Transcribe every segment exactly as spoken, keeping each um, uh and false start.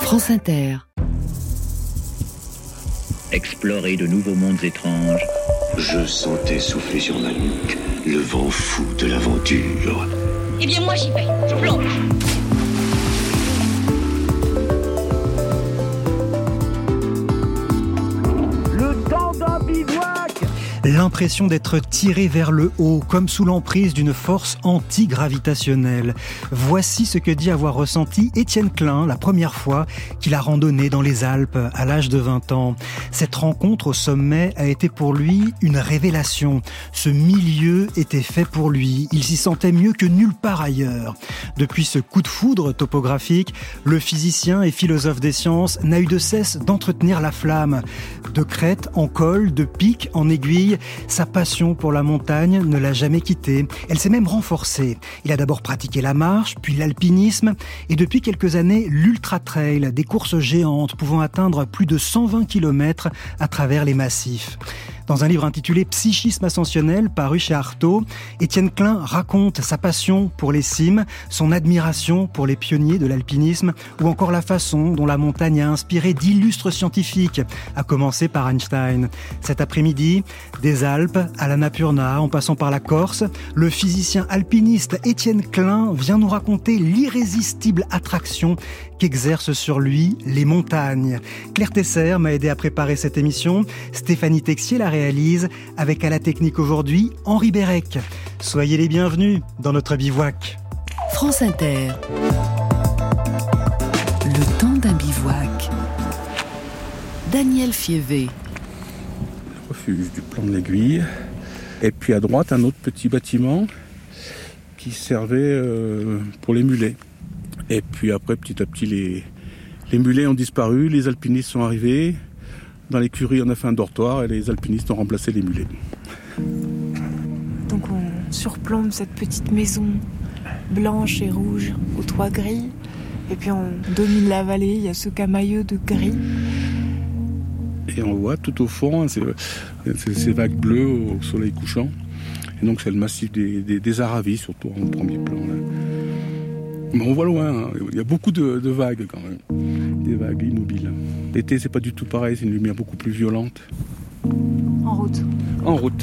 France Inter. Explorer de nouveaux mondes étranges. Je sentais souffler sur ma nuque le vent fou de l'aventure. Eh bien moi j'y vais, je plonge. Le temps d'un bivouac. L'impression d'être tiré vers le haut, comme sous l'emprise d'une force antigravitationnelle. Voici ce que dit avoir ressenti Étienne Klein la première fois qu'il a randonné dans les Alpes à l'âge de vingt ans. Cette rencontre au sommet a été pour lui une révélation. Ce milieu était fait pour lui. Il s'y sentait mieux que nulle part ailleurs. Depuis ce coup de foudre topographique, le physicien et philosophe des sciences n'a eu de cesse d'entretenir la flamme. De crête en col, de pic en aiguille, sa passion pour la montagne ne l'a jamais quitté. Elle s'est même renforcée. Il a d'abord pratiqué la marche, puis l'alpinisme, et depuis quelques années, l'ultra-trail, des courses géantes pouvant atteindre plus de cent vingt kilomètres à travers les massifs. Dans un livre intitulé « Psychisme ascensionnel » paru chez Artaud, Étienne Klein raconte sa passion pour les cimes, son admiration pour les pionniers de l'alpinisme ou encore la façon dont la montagne a inspiré d'illustres scientifiques, à commencer par Einstein. Cet après-midi, des Alpes à l'Annapurna, en passant par la Corse, le physicien alpiniste Étienne Klein vient nous raconter l'irrésistible attraction qu'exercent sur lui les montagnes. Claire Tesser m'a aidé à préparer cette émission. Stéphanie Texier la réalise, avec à la technique aujourd'hui Henri Bérec. Soyez les bienvenus dans notre bivouac. France Inter. Le temps d'un bivouac. Daniel Fievé. Le refuge du plan de l'Aiguille. Et puis à droite, un autre petit bâtiment qui servait euh, pour les mulets. Et puis après, petit à petit, les, les mulets ont disparu, les alpinistes sont arrivés. Dans l'écurie, on a fait un dortoir et les alpinistes ont remplacé les mulets. Donc on surplombe cette petite maison blanche et rouge au toit gris. Et puis on domine la vallée, il y a ce camailleux de gris. Et on voit tout au fond, c'est, c'est ces vagues bleues au soleil couchant. Et donc c'est le massif des, des, des Aravis, surtout en premier plan. Là. Mais on voit loin, hein. Il y a beaucoup de, de vagues quand même, des vagues immobiles. L'été, c'est pas du tout pareil, c'est une lumière beaucoup plus violente. En route. En route.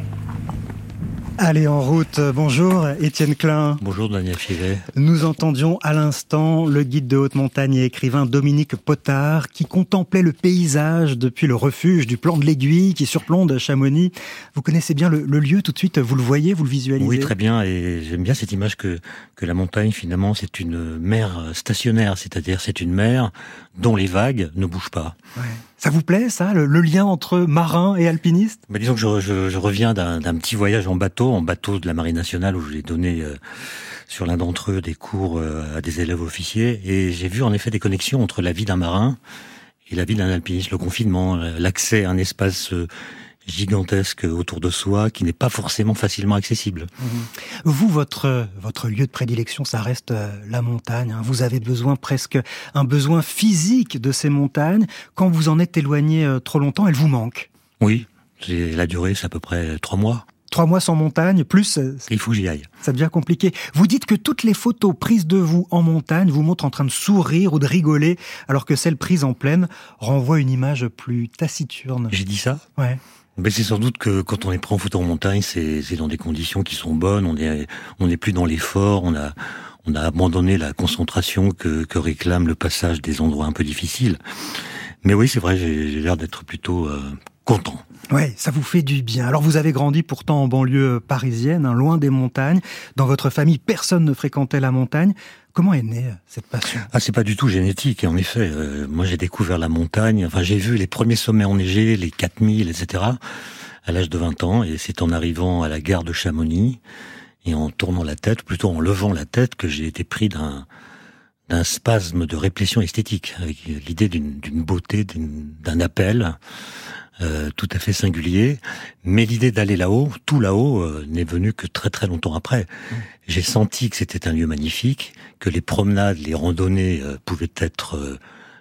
Allez, en route. Bonjour, Étienne Klein. Bonjour, Daniel Fievé. Nous entendions à l'instant le guide de haute montagne et écrivain Dominique Potard qui contemplait le paysage depuis le refuge du plan de l'Aiguille qui surplombe Chamonix. Vous connaissez bien le, le lieu tout de suite, vous le voyez, vous le visualisez? Oui, très bien, et j'aime bien cette image que, que la montagne, finalement, c'est une mer stationnaire, c'est-à-dire c'est une mer dont les vagues ne bougent pas. Ouais. Ça vous plaît, ça, le, le lien entre marin et alpiniste? Bah, disons que je, je, je reviens d'un, d'un petit voyage en bateau, en bateau de la Marine nationale, où je l'ai donné euh, sur l'un d'entre eux des cours euh, à des élèves officiers, et j'ai vu en effet des connexions entre la vie d'un marin et la vie d'un alpiniste, le confinement, l'accès à un espace euh, gigantesque autour de soi, qui n'est pas forcément facilement accessible. Mmh. Vous, votre votre lieu de prédilection, ça reste euh, la montagne. Hein. Vous avez besoin presque un besoin physique de ces montagnes. Quand vous en êtes éloigné euh, trop longtemps, elles vous manquent. Oui, c'est, la durée, c'est à peu près trois mois. Trois mois sans montagne, plus... Il faut que j'y aille. Ça devient compliqué. Vous dites que toutes les photos prises de vous en montagne vous montrent en train de sourire ou de rigoler, alors que celles prises en plaine renvoient une image plus taciturne. J'ai dit ça ? Ouais. Mais c'est sans doute que quand on est pris en photo en montagne, c'est, c'est dans des conditions qui sont bonnes, on est, on n'est plus dans l'effort, on a, on a abandonné la concentration que, que réclame le passage des endroits un peu difficiles. Mais oui, c'est vrai, j'ai, j'ai l'air d'être plutôt euh, content. Ouais, ça vous fait du bien. Alors vous avez grandi pourtant en banlieue parisienne, hein, loin des montagnes. Dans votre famille, personne ne fréquentait la montagne. Comment est née cette passion? Ah, c'est pas du tout génétique, en effet. Euh, moi, j'ai découvert la montagne. Enfin, j'ai vu les premiers sommets enneigés, les quatre mille, et cetera, à l'âge de vingt ans. Et c'est en arrivant à la gare de Chamonix et en tournant la tête, plutôt en levant la tête, que j'ai été pris d'un d'un spasme de réplétion esthétique, avec l'idée d'une, d'une beauté, d'une, d'un appel euh, tout à fait singulier. Mais l'idée d'aller là-haut, tout là-haut, euh, n'est venue que très très longtemps après. Mmh. J'ai senti que c'était un lieu magnifique, que les promenades, les randonnées euh, pouvaient être euh,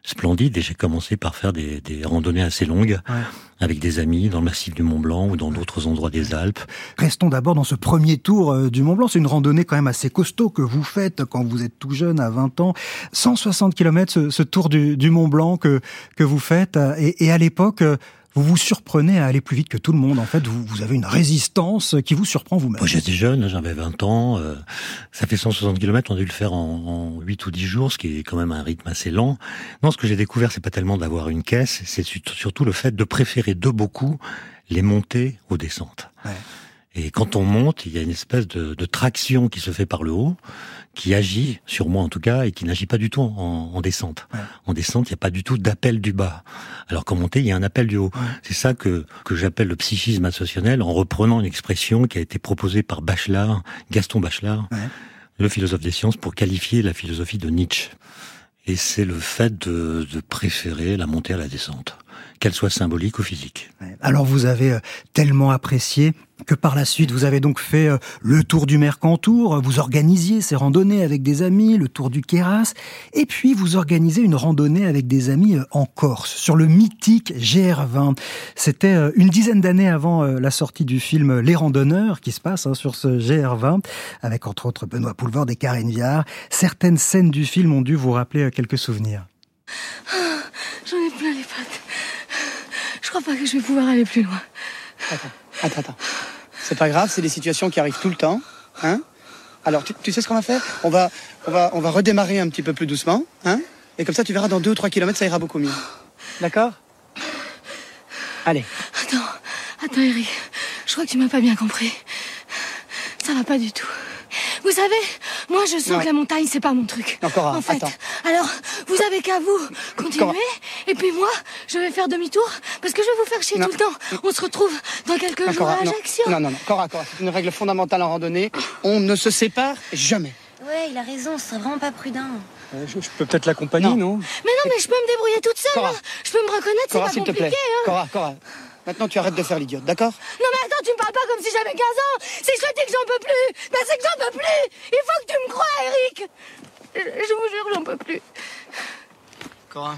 splendide et j'ai commencé par faire des, des randonnées assez longues ouais. avec des amis dans le massif du Mont Blanc ou dans d'autres endroits des Alpes. Restons d'abord dans ce premier tour euh, du Mont Blanc. C'est une randonnée quand même assez costaud que vous faites quand vous êtes tout jeune, à vingt ans. cent soixante kilomètres, ce, ce tour du, du Mont Blanc que, que vous faites. Et, et à l'époque, vous vous surprenez à aller plus vite que tout le monde. En fait, vous, vous avez une résistance qui vous surprend vous-même. Moi, j'étais jeune, j'avais vingt ans. Euh, ça fait cent soixante kilomètres, on a dû le faire en, en huit ou dix jours, ce qui est quand même un rythme assez lent. Non, ce que j'ai découvert, c'est pas tellement d'avoir une caisse, c'est surtout le fait de préférer de beaucoup les montées aux descentes. Ouais. Et quand on monte, il y a une espèce de, de traction qui se fait par le haut, qui agit, sur moi en tout cas, et qui n'agit pas du tout en, en descente. Ouais. En descente, il n'y a pas du tout d'appel du bas. Alors qu'en montée, il y a un appel du haut. Ouais. C'est ça que, que j'appelle le psychisme associationnel, en reprenant une expression qui a été proposée par Bachelard, Gaston Bachelard, ouais. le philosophe des sciences, pour qualifier la philosophie de Nietzsche. Et c'est le fait de, de préférer la montée à la descente, qu'elle soit symbolique ou physique. Alors vous avez tellement apprécié que par la suite, vous avez donc fait le tour du Mercantour, vous organisiez ces randonnées avec des amis, le tour du Queyras, et puis vous organisez une randonnée avec des amis en Corse, sur le mythique G R vingt. C'était une dizaine d'années avant la sortie du film Les Randonneurs, qui se passe hein, sur ce G R vingt, avec entre autres Benoît Poelvoorde et Karine Viard. Certaines scènes du film ont dû vous rappeler quelques souvenirs. Oh, j'en ai plein les pattes. Je crois pas que je vais pouvoir aller plus loin. Attends, attends, attends. C'est pas grave, c'est des situations qui arrivent tout le temps, hein. Alors, tu, tu sais ce qu'on va faire ? On va, on va, on va redémarrer un petit peu plus doucement, hein. Et comme ça, tu verras, dans deux ou trois kilomètres, ça ira beaucoup mieux. D'accord ? Allez. Attends, attends, Eric. Je crois que tu m'as pas bien compris. Ça va pas du tout. Vous savez, moi je sens non. que la montagne c'est pas mon truc. Encore un, en fait. Attends. Alors, vous avez qu'à vous continuer, Cora. Et puis moi, je vais faire demi-tour parce que je vais vous faire chier non. tout le temps. On se retrouve dans quelques non, jours Cora, à Ajaccio. Non, non, non, Cora, Cora, c'est une règle fondamentale en randonnée. On ne se sépare jamais. Ouais, il a raison, ce serait vraiment pas prudent. Euh, je, je peux peut-être l'accompagner, non. non Mais non, mais je peux me débrouiller toute seule. Cora. Je peux me reconnaître, c'est pas s'il compliqué. Te plaît. Hein. Cora, Cora. Maintenant, tu arrêtes de faire l'idiote, d'accord ? Non, mais attends, tu me parles pas comme si j'avais quinze ans. Si je te dis que j'en peux plus, ben c'est que j'en peux plus. Il faut que tu me crois, Eric. Je, je vous jure, j'en peux plus. Cora,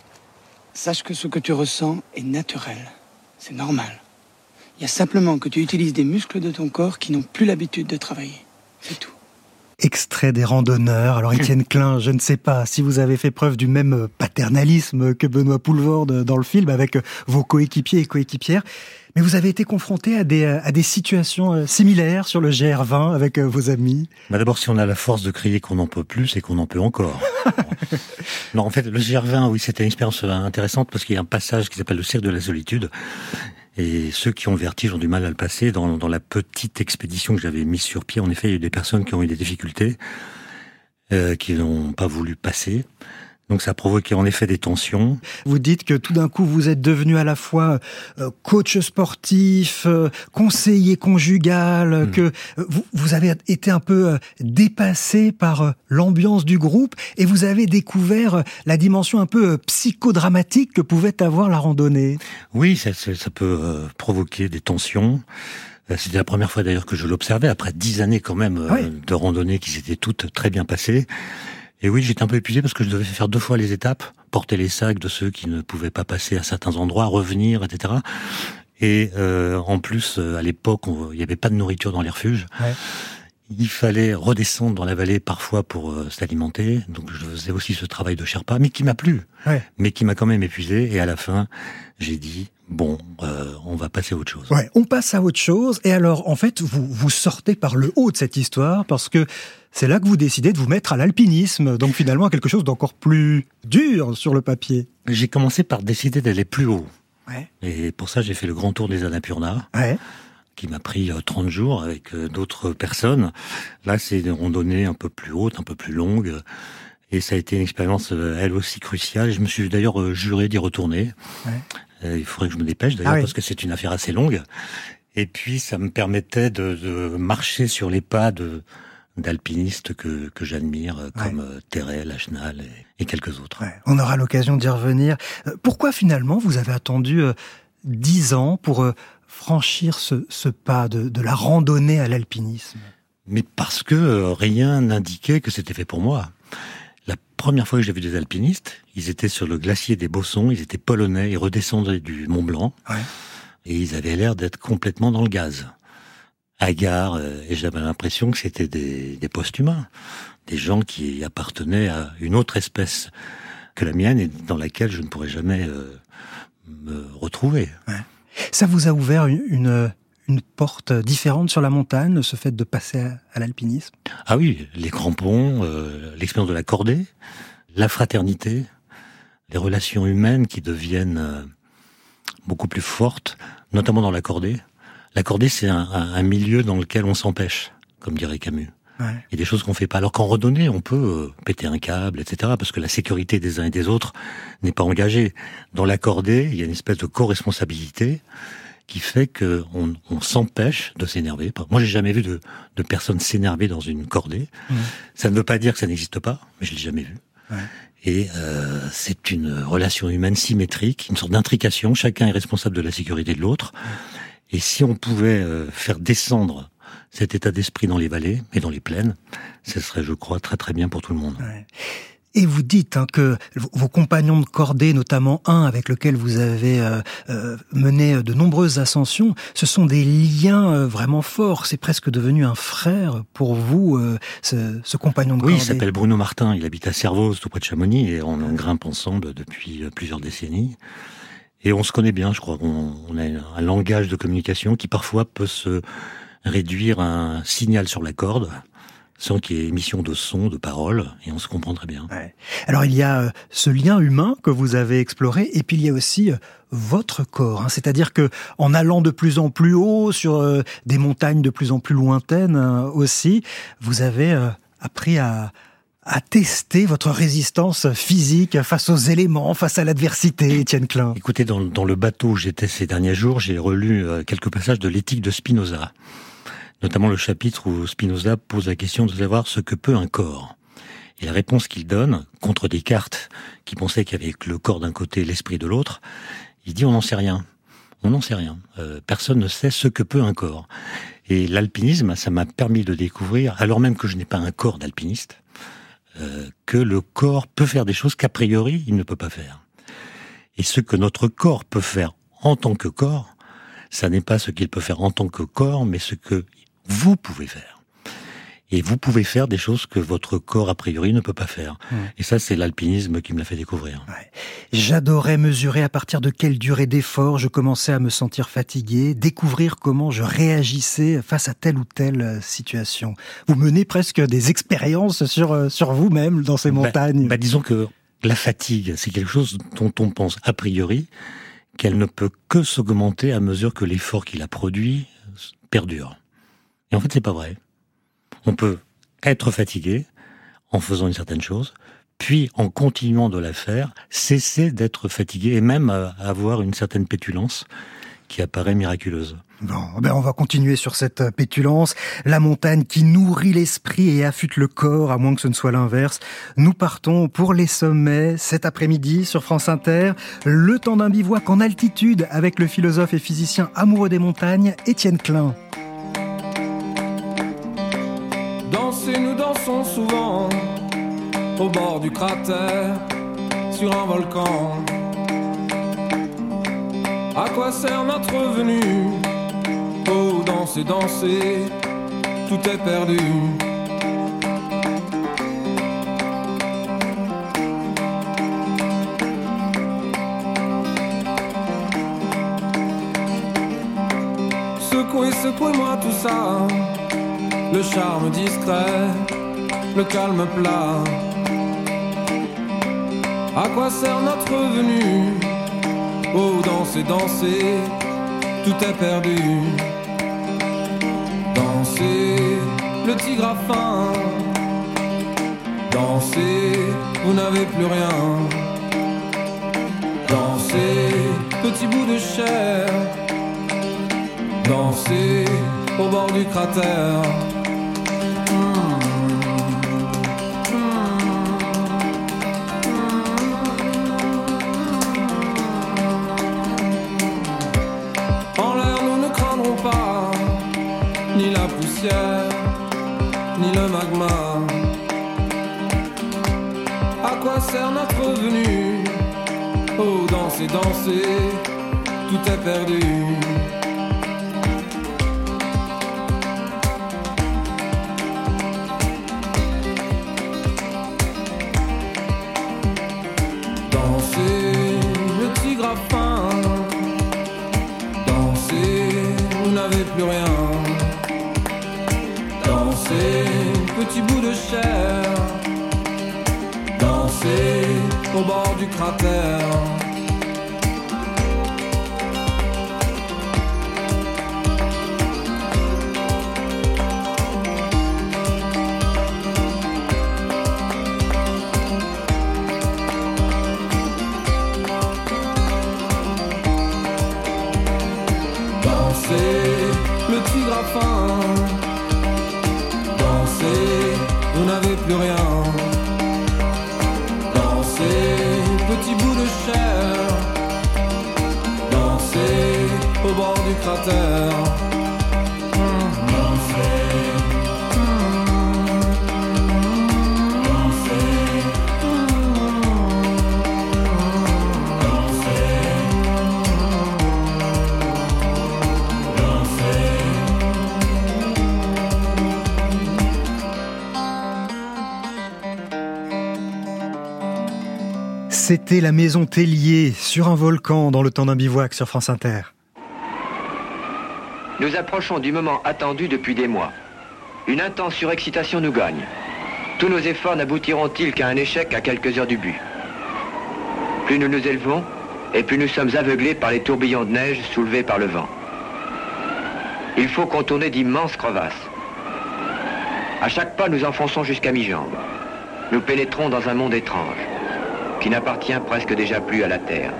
sache que ce que tu ressens est naturel. C'est normal. Il y a simplement que tu utilises des muscles de ton corps qui n'ont plus l'habitude de travailler. C'est tout. Extrait des Randonneurs. Alors Étienne Klein, je ne sais pas si vous avez fait preuve du même paternalisme que Benoît Poelvoorde dans le film avec vos coéquipiers et coéquipières, mais vous avez été confronté à des, à des situations similaires sur le G R vingt avec vos amis. Bah d'abord, si on a la force de crier qu'on n'en peut plus, c'est qu'on en peut encore. Non, en fait, le G R vingt, oui, c'était une expérience intéressante parce qu'il y a un passage qui s'appelle le cercle de la solitude. Et ceux qui ont le vertige ont du mal à le passer. Dans, dans la petite expédition que j'avais mise sur pied, en effet, il y a eu des personnes qui ont eu des difficultés, euh, qui n'ont pas voulu passer. Donc ça a provoqué en effet des tensions. Vous dites que tout d'un coup vous êtes devenu à la fois euh, coach sportif, euh, conseiller conjugal, mmh. que euh, vous, vous avez été un peu euh, dépassé par euh, l'ambiance du groupe et vous avez découvert euh, la dimension un peu euh, psychodramatique que pouvait avoir la randonnée. Oui, ça, ça, ça peut euh, provoquer des tensions. C'était la première fois d'ailleurs que je l'observais, après dix années quand même euh, oui. de randonnées qui s'étaient toutes très bien passées. Et oui, j'étais un peu épuisé parce que je devais faire deux fois les étapes, porter les sacs de ceux qui ne pouvaient pas passer à certains endroits, revenir, et cetera. Et euh, en plus, à l'époque, on, il n'y avait pas de nourriture dans les refuges. Ouais. Il fallait redescendre dans la vallée parfois pour euh, s'alimenter. Donc je faisais aussi ce travail de Sherpa, mais qui m'a plu, ouais. mais qui m'a quand même épuisé. Et à la fin, j'ai dit, bon, euh, on va passer à autre chose. Ouais, on passe à autre chose. Et alors, en fait, vous, vous sortez par le haut de cette histoire parce que c'est là que vous décidez de vous mettre à l'alpinisme, donc finalement quelque chose d'encore plus dur sur le papier. J'ai commencé par décider d'aller plus haut. Ouais. Et pour ça, j'ai fait le grand tour des Annapurna, ouais. qui m'a pris trente jours avec d'autres personnes. Là, c'est une randonnée un peu plus haute, un peu plus longue. Et ça a été une expérience, elle aussi, cruciale. Je me suis d'ailleurs juré d'y retourner. Ouais. Il faudrait que je me dépêche, d'ailleurs, ah oui. parce que c'est une affaire assez longue. Et puis, ça me permettait de, de marcher sur les pas de... d'alpinistes que, que j'admire, comme ouais. Terrell, Lachenal et, et quelques autres. Ouais, on aura l'occasion d'y revenir. Pourquoi finalement vous avez attendu euh, dix ans pour euh, franchir ce, ce pas de, de la randonnée à l'alpinisme ? Mais parce que euh, rien n'indiquait que c'était fait pour moi. La première fois que j'ai vu des alpinistes, ils étaient sur le glacier des Bossons, ils étaient polonais, ils redescendaient du Mont Blanc, ouais. Et ils avaient l'air d'être complètement dans le gaz. Hagards, euh, et j'avais l'impression que c'était des, des post-humains, des gens qui appartenaient à une autre espèce que la mienne et dans laquelle je ne pourrais jamais euh, me retrouver. Ouais. Ça vous a ouvert une, une, une porte différente sur la montagne, ce fait de passer à, à l'alpinisme ? Ah oui, les crampons, euh, l'expérience de la cordée, la fraternité, les relations humaines qui deviennent euh, beaucoup plus fortes, notamment dans la cordée. La cordée, c'est un, un, un milieu dans lequel on s'empêche, comme dirait Camus. Ouais. Il y a des choses qu'on fait pas. Alors qu'en randonnée, on peut euh, péter un câble, et cetera, parce que la sécurité des uns et des autres n'est pas engagée. Dans la cordée, il y a une espèce de co-responsabilité qui fait que on, on s'empêche de s'énerver. Moi, j'ai jamais vu de, de personne s'énerver dans une cordée. Mmh. Ça ne veut pas dire que ça n'existe pas, mais je l'ai jamais vu. Ouais. Et euh, c'est une relation humaine symétrique, une sorte d'intrication. Chacun est responsable de la sécurité de l'autre. Mmh. Et si on pouvait euh, faire descendre cet état d'esprit dans les vallées et dans les plaines, ce serait, je crois, très très bien pour tout le monde. Ouais. Et vous dites hein, que vos compagnons de cordée, notamment un avec lequel vous avez euh, euh, mené de nombreuses ascensions, ce sont des liens euh, vraiment forts. C'est presque devenu un frère pour vous, euh, ce, ce compagnon de oui, cordée. Oui, il s'appelle Bruno Martin. Il habite à Servoz, tout près de Chamonix, et on, on grimpe ensemble depuis plusieurs décennies. Et on se connaît bien, je crois. On, on a un langage de communication qui parfois peut se réduire à un signal sur la corde, sans qu'il y ait émission de son, de parole, et on se comprend très bien. Ouais. Alors il y a euh, ce lien humain que vous avez exploré, et puis il y a aussi euh, votre corps, hein, c'est-à-dire que en allant de plus en plus haut sur euh, des montagnes de plus en plus lointaines hein, aussi, vous avez euh, appris à à tester votre résistance physique face aux éléments, face à l'adversité, Étienne Klein. Écoutez, dans, dans le bateau où j'étais ces derniers jours, j'ai relu euh, quelques passages de l'éthique de Spinoza. Notamment le chapitre où Spinoza pose la question de savoir ce que peut un corps. Et la réponse qu'il donne, contre Descartes, qui pensait qu'il y avait le corps d'un côté et l'esprit de l'autre, il dit on n'en sait rien. On n'en sait rien. Euh, personne ne sait ce que peut un corps. Et l'alpinisme, ça m'a permis de découvrir, alors même que je n'ai pas un corps d'alpiniste, euh, que le corps peut faire des choses qu'a priori il ne peut pas faire. Et ce que notre corps peut faire en tant que corps, ça n'est pas ce qu'il peut faire en tant que corps, mais ce que vous pouvez faire. Et vous pouvez faire des choses que votre corps, a priori, ne peut pas faire. Mmh. Et ça, c'est l'alpinisme qui me l'a fait découvrir. Ouais. J'adorais mesurer à partir de quelle durée d'effort je commençais à me sentir fatigué, découvrir comment je réagissais face à telle ou telle situation. Vous menez presque des expériences sur, sur vous-même dans ces bah, montagnes. Bah, disons que la fatigue, c'est quelque chose dont on pense a priori qu'elle ne peut que s'augmenter à mesure que l'effort qu'il a produit perdure. Et en fait, c'est pas vrai. On peut être fatigué en faisant une certaine chose, puis en continuant de la faire, cesser d'être fatigué et même avoir une certaine pétulance qui apparaît miraculeuse. Bon, ben on va continuer sur cette pétulance, la montagne qui nourrit l'esprit et affûte le corps, à moins que ce ne soit l'inverse. Nous partons pour les sommets cet après-midi sur France Inter, le temps d'un bivouac en altitude avec le philosophe et physicien amoureux des montagnes, Étienne Klein. Danser, nous dansons souvent au bord du cratère, sur un volcan. À quoi sert notre venue? Oh, danser, danser, tout est perdu. Secouez, secouez-moi tout ça. Le charme discret, le calme plat. À quoi sert notre venue? Oh, danser, danser, tout est perdu. Dansez, le tigre a faim. Dansez, vous n'avez plus rien. Dansez, petit bout de chair. Dansez, au bord du cratère. Ni la poussière, ni le magma. À quoi sert notre venue? Oh, danser, danser, tout est perdu. Danser, le tigre a faim. Danser, vous n'avez plus rien. Danser, petit bout de chair. Danser, au bord du cratère. Le tigre a faim. Dansez, vous n'avez plus rien. Dansez, petit bout de chair. Dansez, au bord du cratère. C'était la maison Tellier sur un volcan dans le temps d'un bivouac sur France Inter. Nous approchons du moment attendu depuis des mois. Une intense surexcitation nous gagne. Tous nos efforts n'aboutiront-ils qu'à un échec à quelques heures du but. Plus nous nous élevons, et plus nous sommes aveuglés par les tourbillons de neige soulevés par le vent. Il faut contourner d'immenses crevasses. À chaque pas, nous enfonçons jusqu'à mi-jambe. Nous pénétrons dans un monde étrange, qui n'appartient presque déjà plus à la Terre.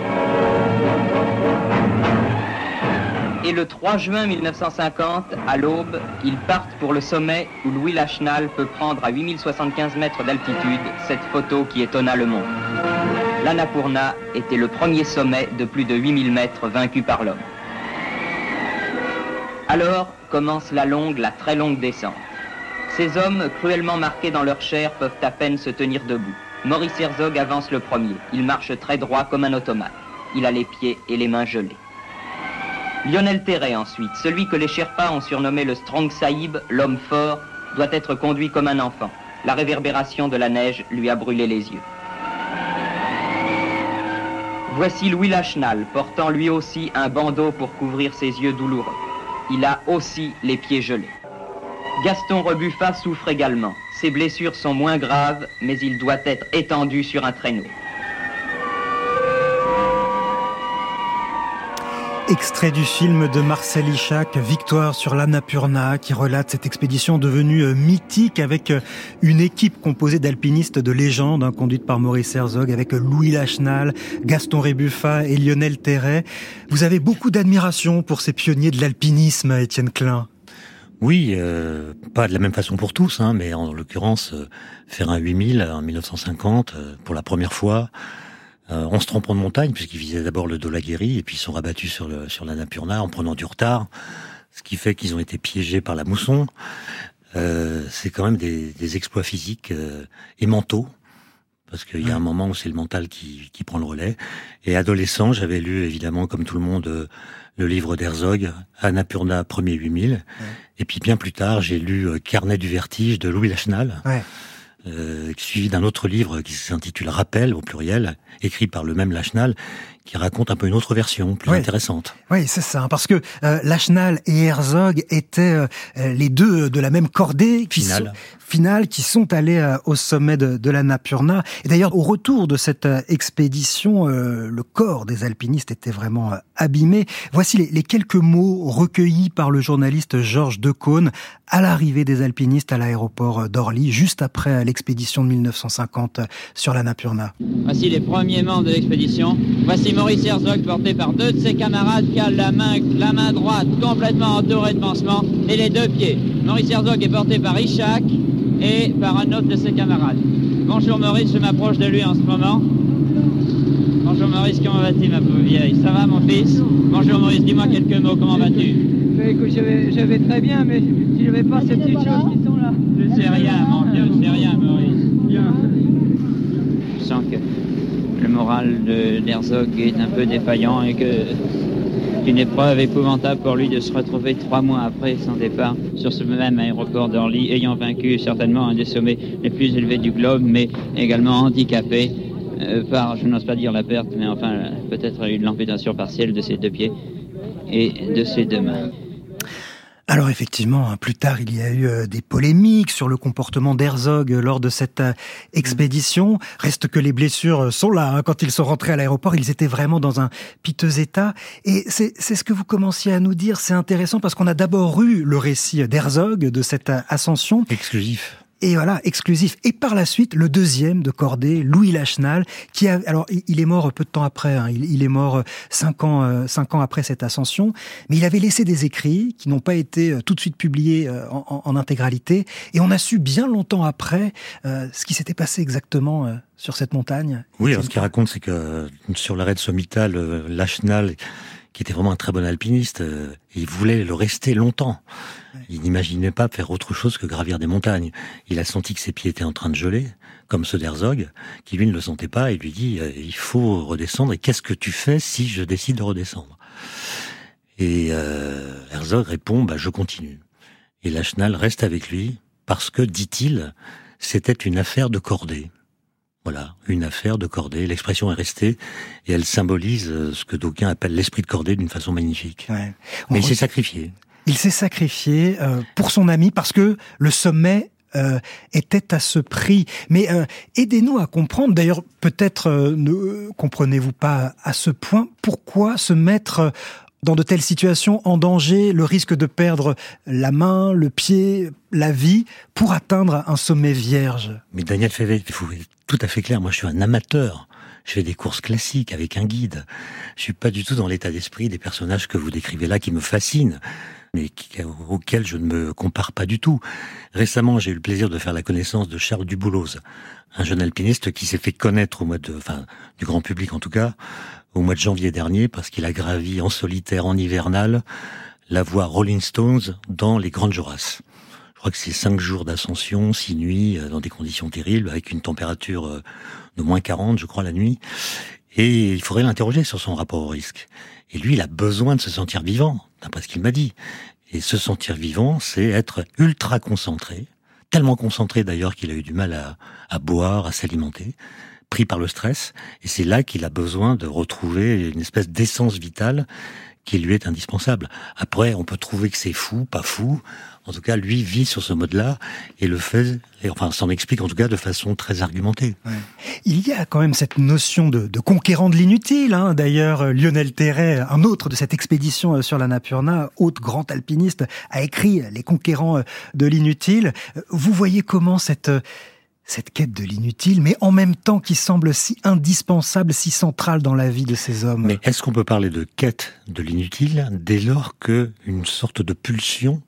Et le trois juin mille neuf cent cinquante, à l'aube, ils partent pour le sommet où Louis Lachenal peut prendre à huit mille soixante-quinze mètres d'altitude cette photo qui étonna le monde. L'Annapurna était le premier sommet de plus de huit mille mètres vaincu par l'homme. Alors commence la longue, la très longue descente. Ces hommes, cruellement marqués dans leur chair, peuvent à peine se tenir debout. Maurice Herzog avance le premier. Il marche très droit comme un automate. Il a les pieds et les mains gelés. Lionel Terray ensuite, celui que les Sherpas ont surnommé le Strong Sahib, l'homme fort, doit être conduit comme un enfant. La réverbération de la neige lui a brûlé les yeux. Voici Louis Lachenal, portant lui aussi un bandeau pour couvrir ses yeux douloureux. Il a aussi les pieds gelés. Gaston Rebuffa souffre également. Ses blessures sont moins graves, mais il doit être étendu sur un traîneau. Extrait du film de Marcel Ichac, Victoire sur l'Annapurna, qui relate cette expédition devenue mythique avec une équipe composée d'alpinistes de légende, hein, conduite par Maurice Herzog, avec Louis Lachenal, Gaston Rebuffa et Lionel Terray. Vous avez beaucoup d'admiration pour ces pionniers de l'alpinisme, Étienne Klein. Oui, euh, pas de la même façon pour tous, hein, mais en l'occurrence, euh, faire un huit mille en mille neuf cent cinquante, euh, pour la première fois, euh, en se trompant de montagne, puisqu'ils visaient d'abord le Dhaulagiri, et puis ils sont rabattus sur le sur l'Annapurna en prenant du retard, ce qui fait qu'ils ont été piégés par la mousson. Euh, c'est quand même des, des exploits physiques euh, et mentaux, parce qu'il y a un moment où c'est le mental qui, qui prend le relais. Et adolescent, j'avais lu, évidemment, comme tout le monde, euh, le livre d'Herzog, Annapurna, premier huit mille. Ouais. Et puis bien plus tard, j'ai lu euh, Carnet du vertige de Louis Lachenal, ouais. euh, suivi d'un autre livre qui s'intitule Rappel, au pluriel, écrit par le même Lachenal, qui raconte un peu une autre version, plus ouais. intéressante. Oui, c'est ça, parce que euh, Lachenal et Herzog étaient euh, les deux de la même cordée, qui finale. Sont, finale, qui sont allés euh, au sommet de, de l'Annapurna. Et d'ailleurs, au retour de cette euh, expédition, euh, le corps des alpinistes était vraiment euh, abîmé. Voici les, les quelques mots recueillis par le journaliste Georges Decaune à l'arrivée des alpinistes à l'aéroport d'Orly, juste après l'expédition de mille neuf cent cinquante sur l'Annapurna. Voici les premiers membres de l'expédition. Voici Maurice Herzog, porté par deux de ses camarades, qui a la main, la main droite complètement entourée de pansements et les deux pieds. Maurice Herzog est porté par Ichac et par un autre de ses camarades. Bonjour Maurice, je m'approche de lui en ce moment. Bonjour Maurice, comment vas-tu ma pauvre vieille? Ça va mon fils? Bonjour Maurice, dis-moi quelques mots, comment vas-tu? Écoute, je vais, je vais très bien, mais si je vais pas ces petites choses qui sont là. Je sais rien mon vieux, je sais rien Maurice. Bien. sent que le moral de, d'Herzog est un peu défaillant et que c'est une épreuve épouvantable pour lui de se retrouver trois mois après son départ sur ce même aéroport d'Orly, ayant vaincu certainement un des sommets les plus élevés du globe, mais également handicapé euh, par, je n'ose pas dire la perte, mais enfin peut-être une amputation partielle de ses deux pieds et de ses deux mains. Alors effectivement, plus tard, il y a eu des polémiques sur le comportement d'Herzog lors de cette expédition. Reste que les blessures sont là. Hein. Quand ils sont rentrés à l'aéroport, ils étaient vraiment dans un piteux état. Et c'est, c'est ce que vous commenciez à nous dire. C'est intéressant parce qu'on a d'abord eu le récit d'Herzog de cette ascension. Exclusif. Et voilà, exclusif. Et par la suite, le deuxième de cordée, Louis Lachenal, qui a, alors, il est mort peu de temps après, hein, il, il est mort cinq ans, euh, cinq ans après cette ascension, mais il avait laissé des écrits qui n'ont pas été tout de suite publiés euh, en, en intégralité, et on a su bien longtemps après euh, ce qui s'était passé exactement euh, sur cette montagne. Oui, alors ce qu'il raconte, c'est que sur l'arrêt de Sommital, euh, Lachenal, qui était vraiment un très bon alpiniste, euh, il voulait le rester longtemps. Il n'imaginait pas faire autre chose que gravir des montagnes. Il a senti que ses pieds étaient en train de geler, comme ceux d'Herzog, qui lui ne le sentait pas, et lui dit euh, « il faut redescendre, et qu'est-ce que tu fais si je décide de redescendre ?» Et euh, Herzog répond bah, « je continue ». Et Lachenal reste avec lui, parce que, dit-il, c'était une affaire de cordée. Voilà, une affaire de cordée. L'expression est restée et elle symbolise ce que d'aucuns appellent l'esprit de cordée d'une façon magnifique. Ouais. Mais il s'est sacrifié. Il s'est sacrifié euh, pour son ami parce que le sommet euh, était à ce prix. Mais euh, aidez-nous à comprendre, d'ailleurs peut-être euh, ne comprenez-vous pas à ce point, pourquoi se mettre dans de telles situations en danger, le risque de perdre la main, le pied, la vie, pour atteindre un sommet vierge. Mais Daniel Févé, il faut être tout à fait clair, moi je suis un amateur. Je fais des courses classiques avec un guide. Je suis pas du tout dans l'état d'esprit des personnages que vous décrivez là qui me fascinent, mais qui, auxquels je ne me compare pas du tout. Récemment, j'ai eu le plaisir de faire la connaissance de Charles Dubouloz, un jeune alpiniste qui s'est fait connaître au mois de, enfin, du grand public en tout cas, au mois de janvier dernier, parce qu'il a gravi en solitaire, en hivernal, la voie Rolling Stones dans les Grandes Jorasses. Je crois que c'est cinq jours d'ascension, six nuits, dans des conditions terribles, avec une température de moins quarante, je crois, la nuit. Et il faudrait l'interroger sur son rapport au risque. Et lui, il a besoin de se sentir vivant, d'après ce qu'il m'a dit. Et se sentir vivant, c'est être ultra concentré, tellement concentré d'ailleurs qu'il a eu du mal à, à boire, à s'alimenter, pris par le stress. Et c'est là qu'il a besoin de retrouver une espèce d'essence vitale qui lui est indispensable. Après, on peut trouver que c'est fou, pas fou. En tout cas, lui vit sur ce mode-là et le fait, et enfin, s'en explique en tout cas de façon très argumentée. Ouais. Il y a quand même cette notion de, de conquérant de l'inutile. Hein. D'ailleurs, Lionel Terray, un autre de cette expédition sur l'Annapurna, autre grand alpiniste, a écrit Les conquérants de l'inutile. Vous voyez comment cette cette quête de l'inutile, mais en même temps qui semble si indispensable, si centrale dans la vie de ces hommes. Mais est-ce qu'on peut parler de quête de l'inutile dès lors qu'une sorte de pulsion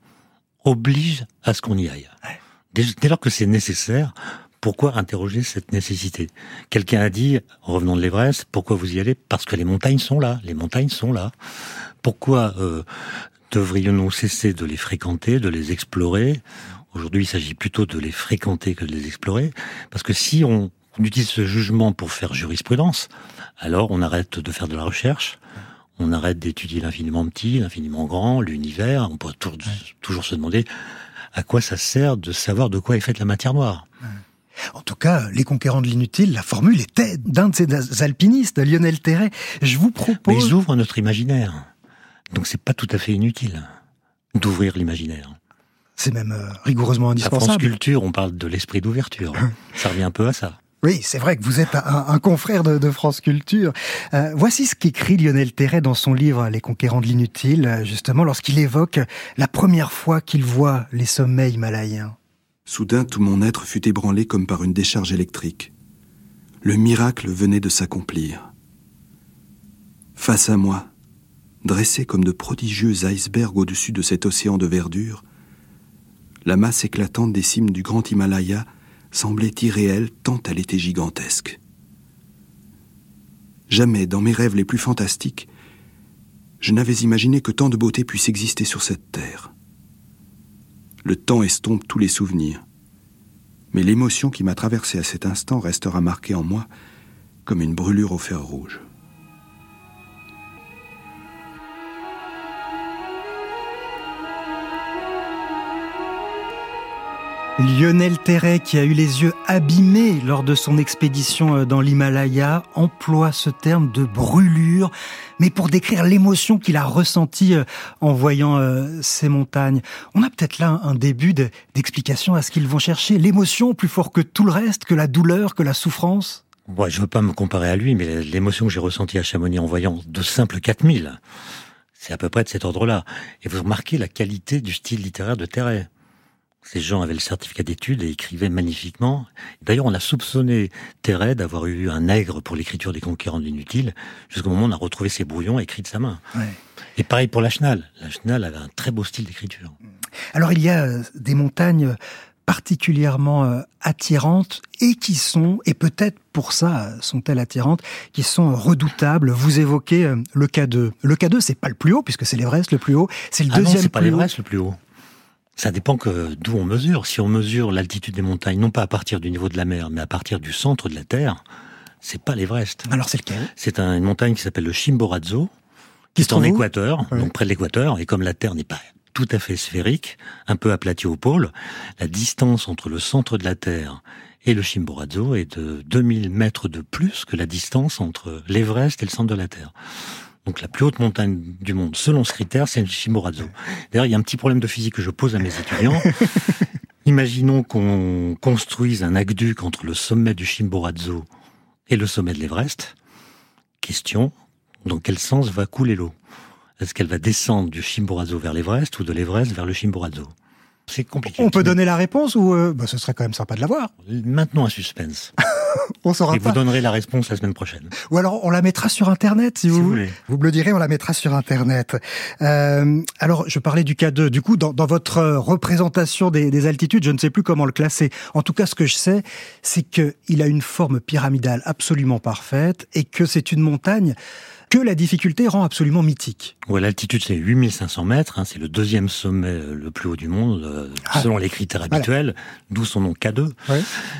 oblige à ce qu'on y aille? Dès, dès lors que c'est nécessaire, pourquoi interroger cette nécessité? Quelqu'un a dit, revenons de l'Everest, pourquoi vous y allez? Parce que les montagnes sont là, les montagnes sont là. Pourquoi euh, devrions-nous cesser de les fréquenter, de les explorer? Aujourd'hui, il s'agit plutôt de les fréquenter que de les explorer, parce que si on, on utilise ce jugement pour faire jurisprudence, alors on arrête de faire de la recherche, on arrête d'étudier l'infiniment petit, l'infiniment grand, l'univers. On peut toujours, toujours se demander à quoi ça sert de savoir de quoi est faite la matière noire. En tout cas, Les conquérants de l'inutile, la formule était d'un de ces alpinistes, Lionel Terray. Je vous propose... Mais ils ouvrent notre imaginaire. Donc c'est pas tout à fait inutile d'ouvrir l'imaginaire. C'est même euh, rigoureusement indispensable. À France Culture, on parle de l'esprit d'ouverture. Ça revient un peu à ça. Oui, c'est vrai que vous êtes un, un confrère de, de France Culture. Euh, voici ce qu'écrit Lionel Terray dans son livre Les conquérants de l'inutile, justement lorsqu'il évoque la première fois qu'il voit les sommets himalayens. Soudain, tout mon être fut ébranlé comme par une décharge électrique. Le miracle venait de s'accomplir. Face à moi, dressés comme de prodigieux icebergs au-dessus de cet océan de verdure, la masse éclatante des cimes du grand Himalaya semblait irréelle tant elle était gigantesque. Jamais, dans mes rêves les plus fantastiques, je n'avais imaginé que tant de beauté puisse exister sur cette terre. Le temps estompe tous les souvenirs, mais l'émotion qui m'a traversé à cet instant restera marquée en moi comme une brûlure au fer rouge. Lionel Terray, qui a eu les yeux abîmés lors de son expédition dans l'Himalaya, emploie ce terme de brûlure, mais pour décrire l'émotion qu'il a ressentie en voyant ces montagnes. On a peut-être là un début d'explication à ce qu'ils vont chercher. L'émotion plus fort que tout le reste, que la douleur, que la souffrance. Ouais, je veux pas me comparer à lui, mais l'émotion que j'ai ressentie à Chamonix en voyant de simples quatre mille, c'est à peu près de cet ordre-là. Et vous remarquez la qualité du style littéraire de Terray. Ces gens avaient le certificat d'études et écrivaient magnifiquement. D'ailleurs, on a soupçonné Terray d'avoir eu un nègre pour l'écriture des Conquérants de l'inutile, jusqu'au moment où on a retrouvé ses brouillons écrits de sa main. Ouais. Et pareil pour Lachenal. Lachenal avait un très beau style d'écriture. Alors, il y a des montagnes particulièrement attirantes et qui sont, et peut-être pour ça sont-elles attirantes, qui sont redoutables. Vous évoquez le K deux. Le K deux, c'est pas le plus haut, puisque c'est l'Everest le plus haut. C'est le ah deuxième non, c'est pas plus haut. l'Everest le plus haut. Ça dépend que d'où on mesure. Si on mesure l'altitude des montagnes, non pas à partir du niveau de la mer, mais à partir du centre de la Terre, c'est pas l'Everest. Alors c'est lequel ? C'est un, une montagne qui s'appelle le Chimborazo, qui est en équateur, ouais. donc près de l'équateur, et comme la Terre n'est pas tout à fait sphérique, un peu aplatie au pôle, la distance entre le centre de la Terre et le Chimborazo est de deux mille mètres de plus que la distance entre l'Everest et le centre de la Terre. Donc la plus haute montagne du monde, selon ce critère, c'est le Chimborazo. D'ailleurs, il y a un petit problème de physique que je pose à mes étudiants. Imaginons qu'on construise un aqueduc entre le sommet du Chimborazo et le sommet de l'Everest. Question, dans quel sens va couler l'eau ? Est-ce qu'elle va descendre du Chimborazo vers l'Everest ou de l'Everest vers le Chimborazo ? C'est compliqué. On peut donner la réponse ou euh, bah, ce serait quand même sympa de l'avoir. Maintenant un suspense. On saura Et pas. vous donnerez la réponse la semaine prochaine. Ou alors on la mettra sur Internet si, si vous, vous voulez. Vous me le direz, on la mettra sur Internet. Euh, alors je parlais du K deux. Du coup, dans, dans votre représentation des, des altitudes, je ne sais plus comment le classer. En tout cas, ce que je sais, c'est qu'il a une forme pyramidale absolument parfaite et que c'est une montagne que la difficulté rend absolument mythique. Ouais, l'altitude, c'est huit mille cinq cents mètres. Hein, c'est le deuxième sommet le plus haut du monde, euh, ah, selon les critères habituels, voilà. D'où son nom K deux. Ouais.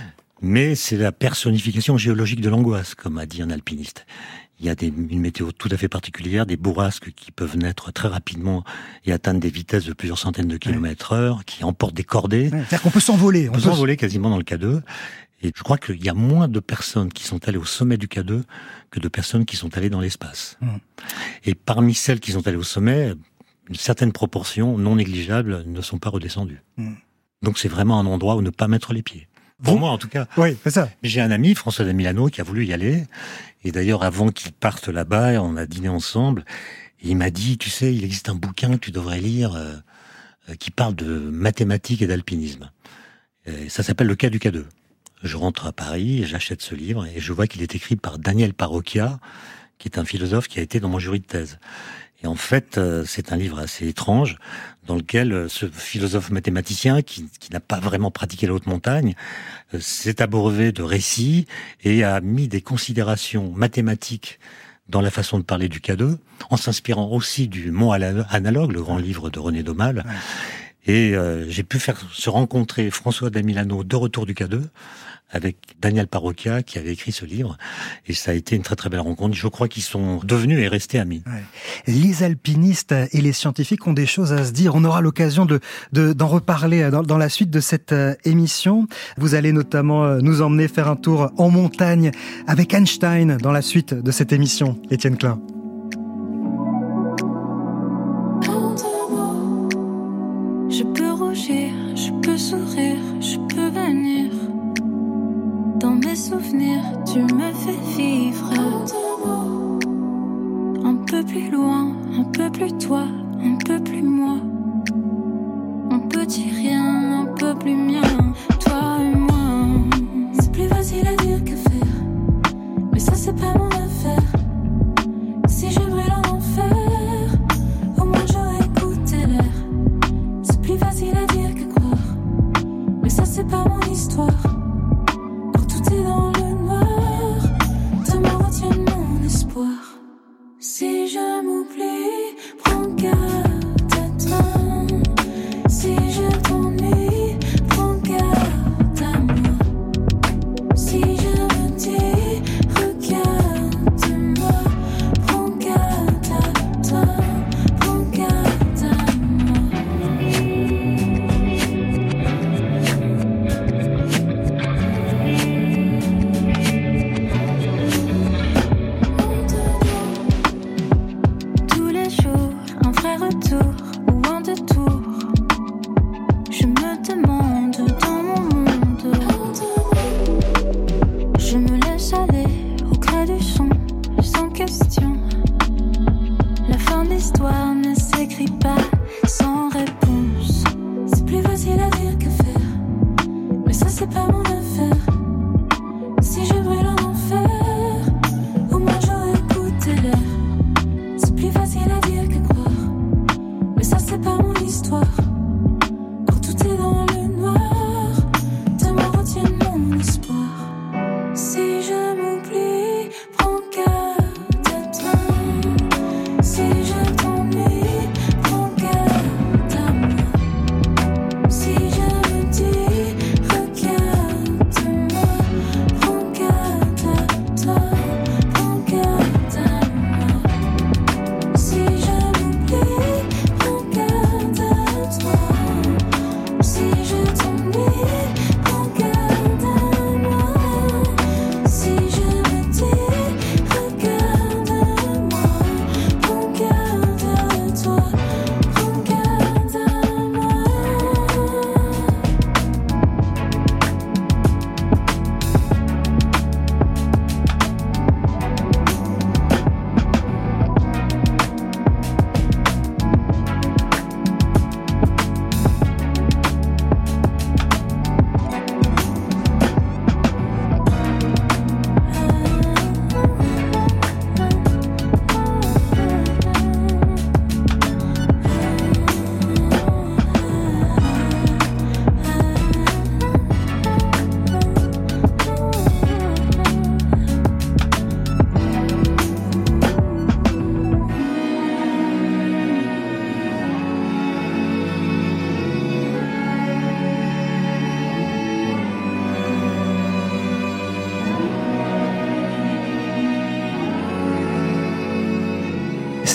Mais c'est la personnification géologique de l'angoisse, comme a dit un alpiniste. Il y a des, une météo tout à fait particulière, des bourrasques qui peuvent naître très rapidement et atteindre des vitesses de plusieurs centaines de kilomètres heure, qui emportent des cordées. Ouais, c'est-à-dire qu'on peut s'envoler. On, on peut s'envoler quasiment dans le K deux. Et je crois qu'il y a moins de personnes qui sont allées au sommet du K deux que de personnes qui sont allées dans l'espace. Mmh. Et parmi celles qui sont allées au sommet, une certaine proportion, non négligeable, ne sont pas redescendues. Mmh. Donc c'est vraiment un endroit où ne pas mettre les pieds. Pour Vous moi, en tout cas. Oui, c'est ça. J'ai un ami, François de Milano, qui a voulu y aller. Et d'ailleurs, avant qu'il parte là-bas, on a dîné ensemble. Et il m'a dit, tu sais, il existe un bouquin que tu devrais lire euh, euh, qui parle de mathématiques et d'alpinisme. Et ça s'appelle Le Cas du K deux. Je rentre à Paris, et j'achète ce livre et je vois qu'il est écrit par Daniel Parrocchia, qui est un philosophe qui a été dans mon jury de thèse. Et en fait, c'est un livre assez étrange dans lequel ce philosophe mathématicien, qui, qui n'a pas vraiment pratiqué la haute montagne, s'est abreuvé de récits et a mis des considérations mathématiques dans la façon de parler du K deux, en s'inspirant aussi du Mont Analogue, le grand livre de René Daumal. Ouais. Et euh, j'ai pu faire se rencontrer François da Milano de retour du K deux avec Daniel Parrocchia qui avait écrit ce livre. Et ça a été une très très belle rencontre. Je crois qu'ils sont devenus et restés amis. Ouais. Les alpinistes et les scientifiques ont des choses à se dire. On aura l'occasion de, de d'en reparler dans, dans la suite de cette euh, émission. Vous allez notamment euh, nous emmener faire un tour en montagne avec Einstein dans la suite de cette émission. Étienne Klein. Je peux rougir, je peux sourire, je peux venir. Dans mes souvenirs, tu me fais vivre. Un peu plus loin, un peu plus toi, un peu plus moi. Un petit rien, un peu plus mien, toi et moi. C'est plus facile à dire que faire, mais ça c'est pas mon affaire. Si je brûle en enfer, au moins j'aurais écouté l'air. C'est plus facile à dire que croire, mais ça c'est pas mon histoire. Quand tout est dans le noir, demain retienne mon espoir. Si je m'oublie, prends garde à toi. Si je t'ennuie, prends garde à moi. Si je me dis, regarde.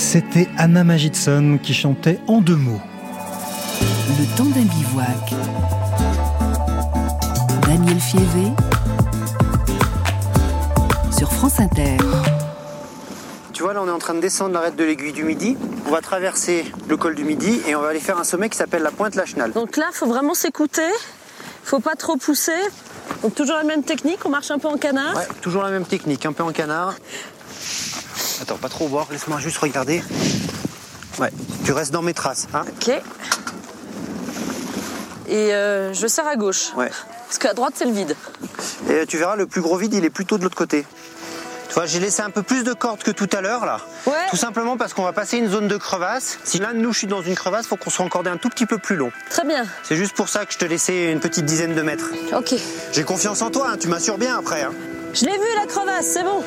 C'était Anna Magidson qui chantait En deux mots. Le temps d'un bivouac. Daniel Fievé sur France Inter. Tu vois, là, on est en train de descendre l'arête de l'aiguille du Midi. On va traverser le col du Midi et on va aller faire un sommet qui s'appelle la Pointe Lachenal. Donc là, il faut vraiment s'écouter. Faut pas trop pousser. Donc toujours la même technique, on marche un peu en canard. Ouais, toujours la même technique, un peu en canard. Attends, pas trop au bord, laisse-moi juste regarder. Ouais, tu restes dans mes traces, hein. Ok. Et euh, je serre à gauche. Ouais. Parce qu'à droite, c'est le vide. Et tu verras, le plus gros vide, il est plutôt de l'autre côté. Tu vois, j'ai laissé un peu plus de cordes que tout à l'heure, là. Ouais. Tout simplement parce qu'on va passer une zone de crevasse. Si l'un de nous, je suis dans une crevasse, faut qu'on soit encordé un tout petit peu plus long. Très bien. C'est juste pour ça que je te laissais une petite dizaine de mètres. Ok. J'ai confiance en toi, hein, tu m'assures bien après. Hein. Je l'ai vu, la crevasse, c'est bon.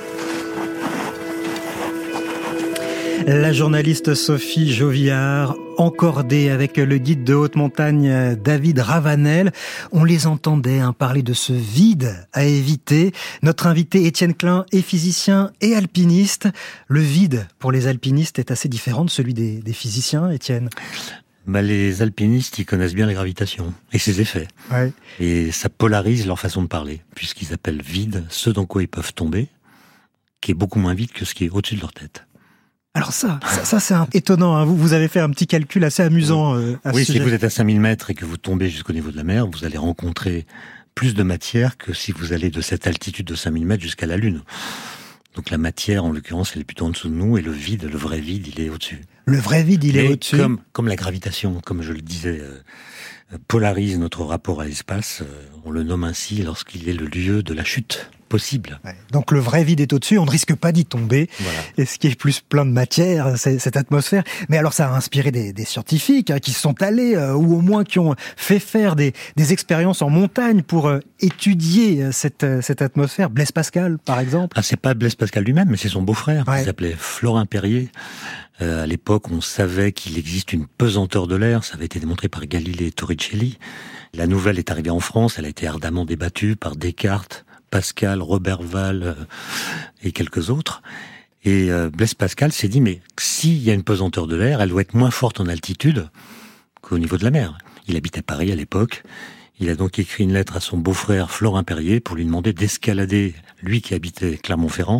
La journaliste Sophie Jovillard, encordée avec le guide de haute montagne David Ravanel. On les entendait hein, parler de ce vide à éviter. Notre invité Étienne Klein est physicien et alpiniste. Le vide pour les alpinistes est assez différent de celui des, des physiciens, Étienne. Bah, les alpinistes, ils connaissent bien la gravitation et ses effets. Ouais. Et ça polarise leur façon de parler, puisqu'ils appellent vide ce dans quoi ils peuvent tomber, qui est beaucoup moins vide que ce qui est au-dessus de leur tête. Alors ça, ça, ça c'est étonnant. Hein. Vous, vous avez fait un petit calcul assez amusant. Euh, à oui, ce si sujet. vous êtes à cinq mille mètres et que vous tombez jusqu'au niveau de la mer, vous allez rencontrer plus de matière que si vous allez de cette altitude de cinq mille mètres jusqu'à la Lune. Donc la matière, en l'occurrence, elle est plutôt en dessous de nous, et le vide, le vrai vide, il est au-dessus. Le vrai vide, il Mais est au-dessus. Comme, comme la gravitation, comme je le disais, euh, polarise notre rapport à l'espace, euh, on le nomme ainsi lorsqu'il est le lieu de la chute possible. Ouais. Donc le vrai vide est au-dessus, on ne risque pas d'y tomber. Voilà. Et ce qui est plus plein de matière, c'est cette atmosphère. Mais alors ça a inspiré des, des scientifiques hein, qui sont allés, euh, ou au moins qui ont fait faire des, des expériences en montagne pour euh, étudier cette, euh, cette atmosphère. Blaise Pascal, par exemple. Ah, c'est pas Blaise Pascal lui-même, mais c'est son beau-frère, ouais. qui s'appelait Florin Perrier. Euh, à l'époque, on savait qu'il existe une pesanteur de l'air. Ça avait été démontré par Galilée et Torricelli. La nouvelle est arrivée en France. Elle a été ardemment débattue par Descartes, Pascal, Roberval euh, et quelques autres. Et euh, Blaise Pascal s'est dit, mais s'il y a une pesanteur de l'air, elle doit être moins forte en altitude qu'au niveau de la mer. Il habitait Paris à l'époque. Il a donc écrit une lettre à son beau-frère Florin Perrier pour lui demander d'escalader, lui qui habitait Clermont-Ferrand,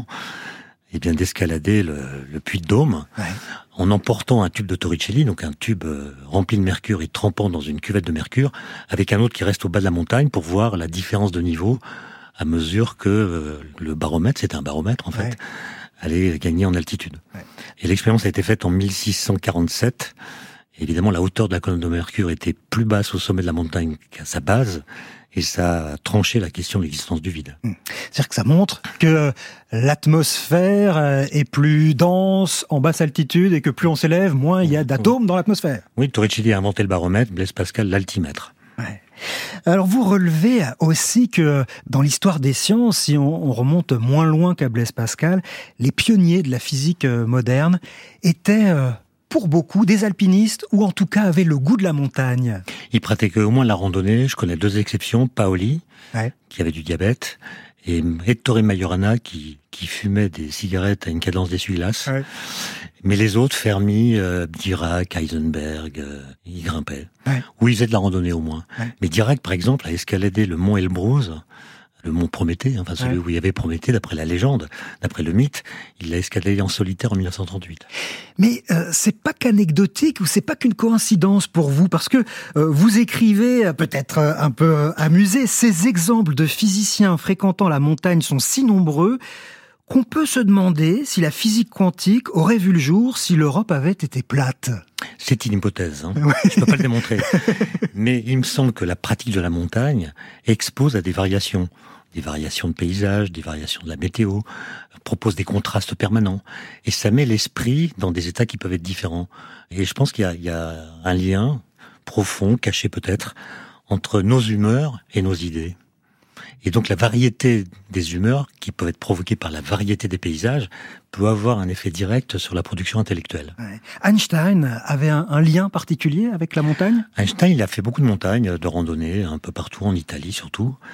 et bien d'escalader le, le puits de Dôme, ouais. en emportant un tube de Torricelli, donc un tube euh, rempli de mercure et trempant dans une cuvette de mercure, avec un autre qui reste au bas de la montagne pour voir la différence de niveau à mesure que euh, le baromètre, c'est un baromètre en fait, ouais. allait gagner en altitude. Ouais. Et l'expérience a été faite en mille six cent quarante-sept. Évidemment, la hauteur de la colonne de mercure était plus basse au sommet de la montagne qu'à sa base, et ça a tranché la question de l'existence du vide. C'est-à-dire que ça montre que l'atmosphère est plus dense en basse altitude et que plus on s'élève, moins il y a d'atomes dans l'atmosphère. Oui, Torricelli a inventé le baromètre, Blaise Pascal l'altimètre. Ouais. Alors vous relevez aussi que dans l'histoire des sciences, si on remonte moins loin qu'à Blaise Pascal, les pionniers de la physique moderne étaient pour beaucoup des alpinistes ou en tout cas avaient le goût de la montagne. Ils pratiquaient au moins la randonnée. Je connais deux exceptions, Paoli, ouais. qui avait du diabète, et Ettore Majorana qui, qui fumait des cigarettes à une cadence d'essuie-glace. Ouais. Mais les autres, Fermi, euh, Dirac, Heisenberg, euh, ils grimpaient. Ouais. Ou ils faisaient de la randonnée au moins. Ouais. Mais Dirac, par exemple, a escaladé le mont Elbrus, le mont Prométhée, enfin celui ouais. où il y avait Prométhée d'après la légende, d'après le mythe, il l'a escaladé en solitaire en mille neuf cent trente-huit. Mais euh, c'est pas qu'anecdotique ou c'est pas qu'une coïncidence pour vous, parce que euh, vous écrivez, peut-être euh, un peu euh, amusé, ces exemples de physiciens fréquentant la montagne sont si nombreux qu'on peut se demander si la physique quantique aurait vu le jour si l'Europe avait été plate. C'est une hypothèse, hein. Ouais. Je peux pas le démontrer. Mais il me semble que la pratique de la montagne expose à des variations. Des variations de paysage, des variations de la météo, propose des contrastes permanents. Et ça met l'esprit dans des états qui peuvent être différents. Et je pense qu'il y a, il y a un lien profond, caché peut-être, entre nos humeurs et nos idées. Et donc la variété des humeurs, qui peuvent être provoquées par la variété des paysages, peut avoir un effet direct sur la production intellectuelle. Ouais. Einstein avait un, un lien particulier avec la montagne ? Einstein, il a fait beaucoup de montagnes, de randonnées, un peu partout, en Italie surtout.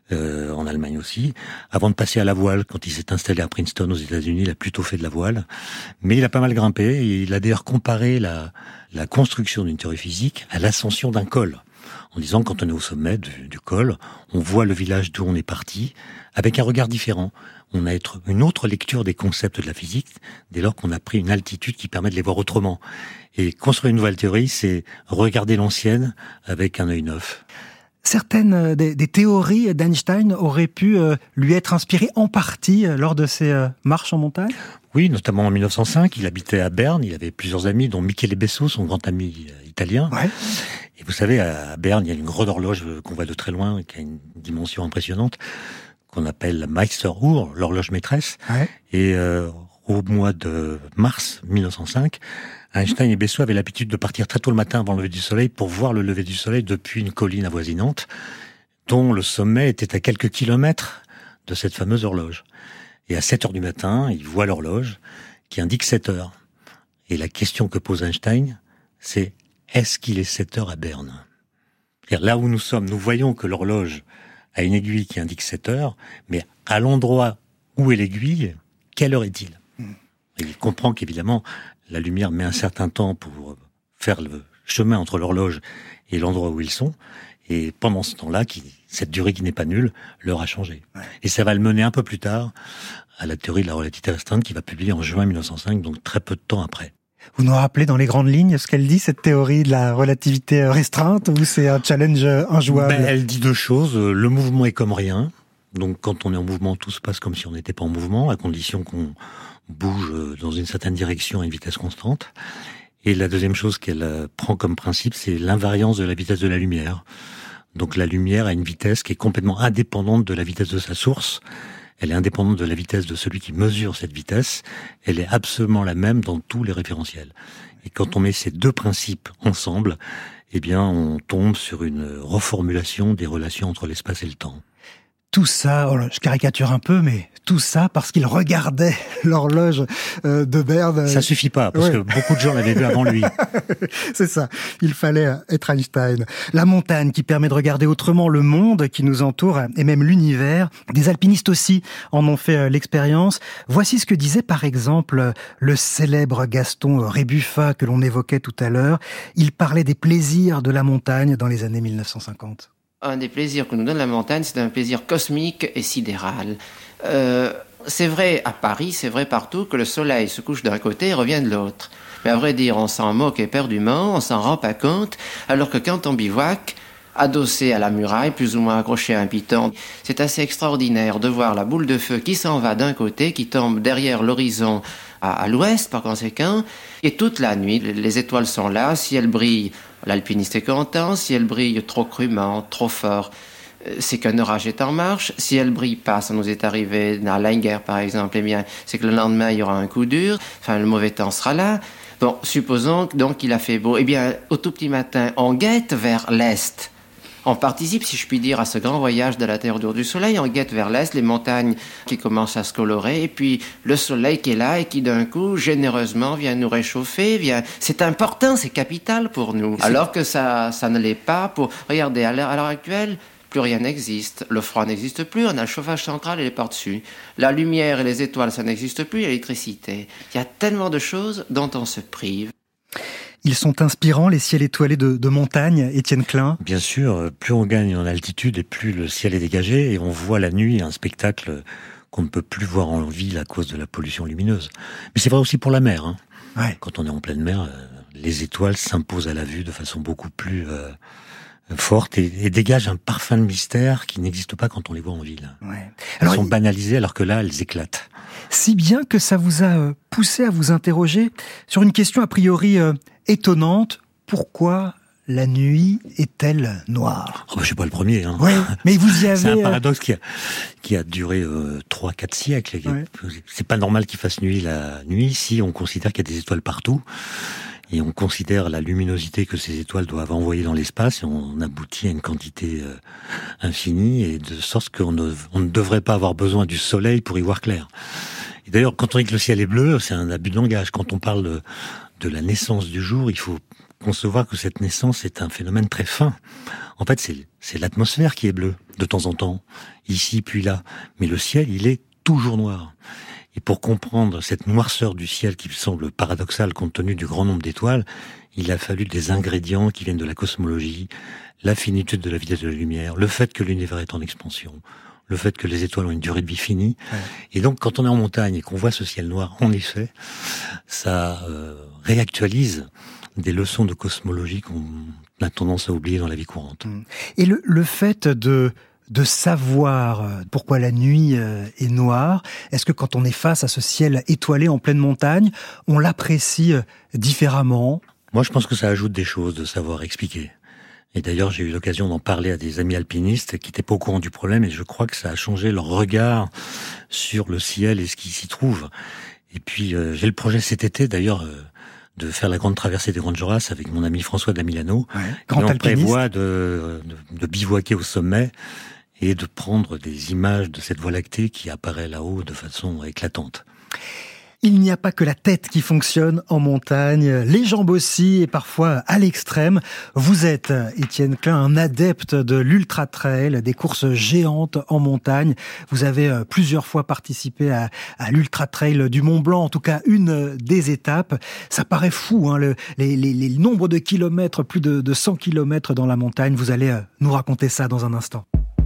euh, en Allemagne aussi, avant de passer à la voile. Quand il s'est installé à Princeton aux États-Unis, il a plutôt fait de la voile, mais il a pas mal grimpé, et il a d'ailleurs comparé la, la construction d'une théorie physique à l'ascension d'un col, en disant, quand on est au sommet du, du col, on voit le village d'où on est parti, avec un regard différent. On a une autre lecture des concepts de la physique, dès lors qu'on a pris une altitude qui permet de les voir autrement. Et construire une nouvelle théorie, c'est regarder l'ancienne avec un œil neuf. Certaines des, des théories d'Einstein auraient pu euh, lui être inspirées en partie euh, lors de ses euh, marches en montagne. Oui, notamment en mille neuf cent cinq, il habitait à Berne, il avait plusieurs amis, dont Michele Besso, son grand ami euh, italien. Ouais. Et vous savez, à Berne, il y a une grande horloge qu'on voit de très loin, qui a une dimension impressionnante, qu'on appelle la Meisteruhr, l'horloge maîtresse. Ouais. Et euh, au mois de mars mille neuf cent cinq, Einstein et Besso avaient l'habitude de partir très tôt le matin avant le lever du soleil pour voir le lever du soleil depuis une colline avoisinante, dont le sommet était à quelques kilomètres de cette fameuse horloge. Et à sept heures du matin, ils voient l'horloge qui indique sept heures. Et la question que pose Einstein, c'est est-ce qu'il est sept heures à Berne ? C'est-à-dire, là où nous sommes, nous voyons que l'horloge a une aiguille qui indique sept heures, mais à l'endroit où est l'aiguille, quelle heure est-il ? Et il comprend qu'évidemment, la lumière met un certain temps pour faire le chemin entre l'horloge et l'endroit où ils sont. Et pendant ce temps-là, qui, cette durée qui n'est pas nulle, l'heure a changé. Ouais. Et ça va le mener un peu plus tard à la théorie de la relativité restreinte qui va publier en juin mille neuf cent cinq, donc très peu de temps après. Vous nous rappelez dans les grandes lignes ce qu'elle dit, cette théorie de la relativité restreinte, ou c'est un challenge injouable ? Ben, elle dit deux choses. Le mouvement est comme rien. Donc quand on est en mouvement, tout se passe comme si on n'était pas en mouvement, à condition qu'on bouge dans une certaine direction à une vitesse constante. Et la deuxième chose qu'elle prend comme principe, c'est l'invariance de la vitesse de la lumière. Donc la lumière a une vitesse qui est complètement indépendante de la vitesse de sa source. Elle est indépendante de la vitesse de celui qui mesure cette vitesse. Elle est absolument la même dans tous les référentiels. Et quand on met ces deux principes ensemble, eh bien, on tombe sur une reformulation des relations entre l'espace et le temps. Tout ça, oh là, je caricature un peu, mais tout ça parce qu'il regardait l'horloge euh, de Berne. Ça suffit pas, parce ouais. que beaucoup de gens l'avaient vu avant lui. C'est ça, il fallait être Einstein. La montagne qui permet de regarder autrement le monde qui nous entoure et même l'univers. Des alpinistes aussi en ont fait l'expérience. Voici ce que disait par exemple le célèbre Gaston Rébuffat que l'on évoquait tout à l'heure. Il parlait des plaisirs de la montagne dans les années mille neuf cent cinquante. Un des plaisirs que nous donne la montagne, c'est un plaisir cosmique et sidéral. Euh, c'est vrai à Paris, c'est vrai partout, que le soleil se couche d'un côté et revient de l'autre. Mais à vrai dire, on s'en moque éperdument, on s'en rend pas compte, alors que quand on bivouac, adossé à la muraille, plus ou moins accroché à un piton, c'est assez extraordinaire de voir la boule de feu qui s'en va d'un côté, qui tombe derrière l'horizon à, à l'ouest par conséquent, et toute la nuit, les étoiles sont là, si elles brillent, l'alpiniste est content, si elles brillent trop crûment, trop fort, c'est qu'un orage est en marche. Si elle brille pas, ça nous est arrivé dans Langer par exemple, eh bien, c'est que le lendemain il y aura un coup dur, enfin le mauvais temps sera là. Bon, supposons donc qu'il a fait beau. Eh bien, au tout petit matin, on guette vers l'est. On participe, si je puis dire, à ce grand voyage de la Terre autour du Soleil. On guette vers l'est, les montagnes qui commencent à se colorer, et puis le Soleil qui est là et qui d'un coup, généreusement, vient nous réchauffer. Vient... C'est important, c'est capital pour nous. Alors que ça, ça ne l'est pas pour... Regardez, à l'heure, à l'heure actuelle, plus rien n'existe. Le froid n'existe plus, on a le chauffage central et les par-dessus. La lumière et les étoiles, ça n'existe plus, l'électricité. Il y a tellement de choses dont on se prive. Ils sont inspirants, les ciels étoilés de, de montagne, Étienne Klein. Bien sûr, plus on gagne en altitude et plus le ciel est dégagé, et on voit la nuit un spectacle qu'on ne peut plus voir en ville à cause de la pollution lumineuse. Mais c'est vrai aussi pour la mer. Hein. Ouais. Quand on est en pleine mer, les étoiles s'imposent à la vue de façon beaucoup plus... Euh, forte et, et dégage un parfum de mystère qui n'existe pas quand on les voit en ville. Ouais. Elles Alors, sont banalisées alors que là, elles éclatent. Si bien que ça vous a poussé à vous interroger sur une question a priori euh, étonnante. Pourquoi la nuit est-elle noire ? Oh bah, je suis pas le premier. Hein. Oui, mais vous y avez... C'est un paradoxe qui a, qui a duré euh, trois quatre siècles. Ouais. C'est pas normal qu'il fasse nuit la nuit si on considère qu'il y a des étoiles partout. Et on considère la luminosité que ces étoiles doivent envoyer dans l'espace, et on aboutit à une quantité euh, infinie, et de sorte qu'on ne, on ne devrait pas avoir besoin du soleil pour y voir clair. Et d'ailleurs, quand on dit que le ciel est bleu, c'est un abus de langage. Quand on parle de, de la naissance du jour, il faut concevoir que cette naissance est un phénomène très fin. En fait, c'est, c'est l'atmosphère qui est bleue, de temps en temps, ici puis là. Mais le ciel, il est toujours noir. Et pour comprendre cette noirceur du ciel qui semble paradoxale compte tenu du grand nombre d'étoiles, il a fallu des ingrédients qui viennent de la cosmologie, la finitude de la vitesse de la lumière, le fait que l'univers est en expansion, le fait que les étoiles ont une durée de vie finie. Ouais. Et donc, quand on est en montagne et qu'on voit ce ciel noir, en effet, ça euh, réactualise des leçons de cosmologie qu'on a tendance à oublier dans la vie courante. Et le, le fait de... de savoir pourquoi la nuit est noire, est-ce que quand on est face à ce ciel étoilé en pleine montagne, on l'apprécie différemment ? Moi, je pense que ça ajoute des choses de savoir expliquer. Et d'ailleurs, j'ai eu l'occasion d'en parler à des amis alpinistes qui n'étaient pas au courant du problème, et je crois que ça a changé leur regard sur le ciel et ce qui s'y trouve. Et puis, euh, j'ai le projet cet été, d'ailleurs, euh, de faire la grande traversée des Grandes Jorasses avec mon ami François de la Milano. Ouais, grand alpiniste. On prévoit de, de, de bivouaquer au sommet et de prendre des images de cette Voie lactée qui apparaît là-haut de façon éclatante. Il n'y a pas que la tête qui fonctionne en montagne, les jambes aussi, et parfois à l'extrême. Vous êtes, Étienne Klein, un adepte de l'ultra-trail, des courses géantes en montagne. Vous avez plusieurs fois participé à, à l'ultra-trail du Mont Blanc, en tout cas une des étapes. Ça paraît fou, hein, le, les, les, les nombres de kilomètres, plus de, de cent kilomètres dans la montagne. Vous allez nous raconter ça dans un instant.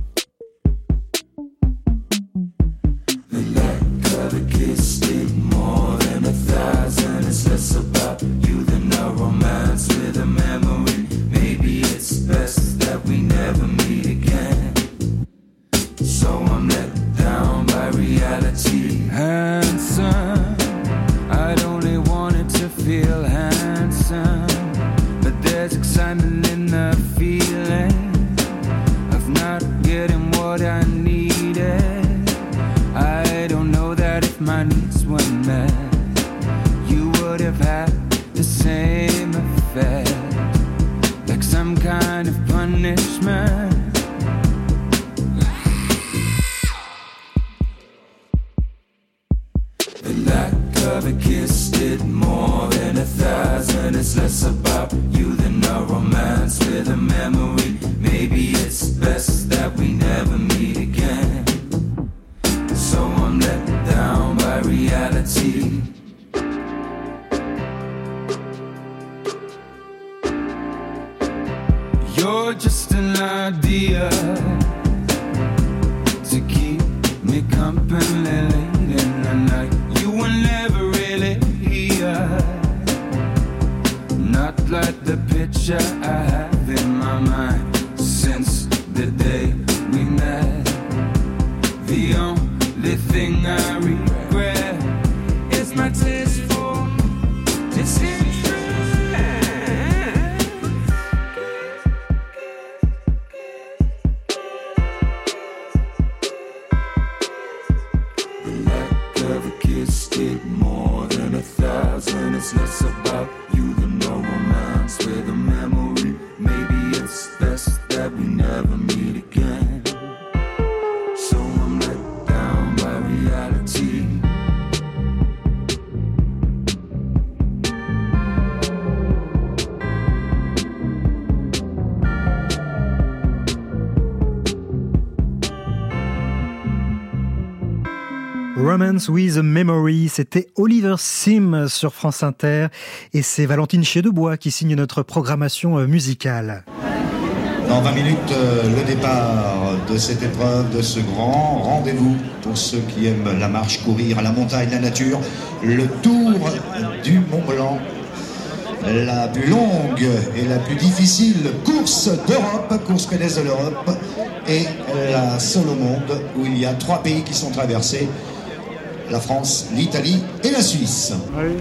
Less about you than a romance with a memory. Maybe it's best that we never meet again. So I'm let down by reality. Handsome, I'd only wanted to feel handsome, but there's excitement in the feeling of not getting what I needed. I don't know that if my needs were met, would have had the same effect, like some kind of punishment. The lack of a kiss did more than a thousand. It's less about you than a romance with a memory. Maybe it's best that we never meet again. So I'm let down by reality. You're just an idea to keep me company late in the night. You were never really here, not like the picture I have in my mind since the day we met. The only thing I regret is my taste for disinterest. It's less about you than no romance with a memory. Maybe it's best that we never meet again. So I'm let down by reality. Romance with a Memory, c'était Oliver Sim sur France Inter et c'est Valentine Chédebois qui signe notre programmation musicale. Dans vingt minutes, le départ de cette épreuve, de ce grand rendez-vous pour ceux qui aiment la marche, courir, la montagne, la nature, le tour du Mont Blanc. La plus longue et la plus difficile course d'Europe, course pédestre de l'Europe, et la seule au monde où il y a trois pays qui sont traversés. La France, l'Italie et la Suisse. Oui.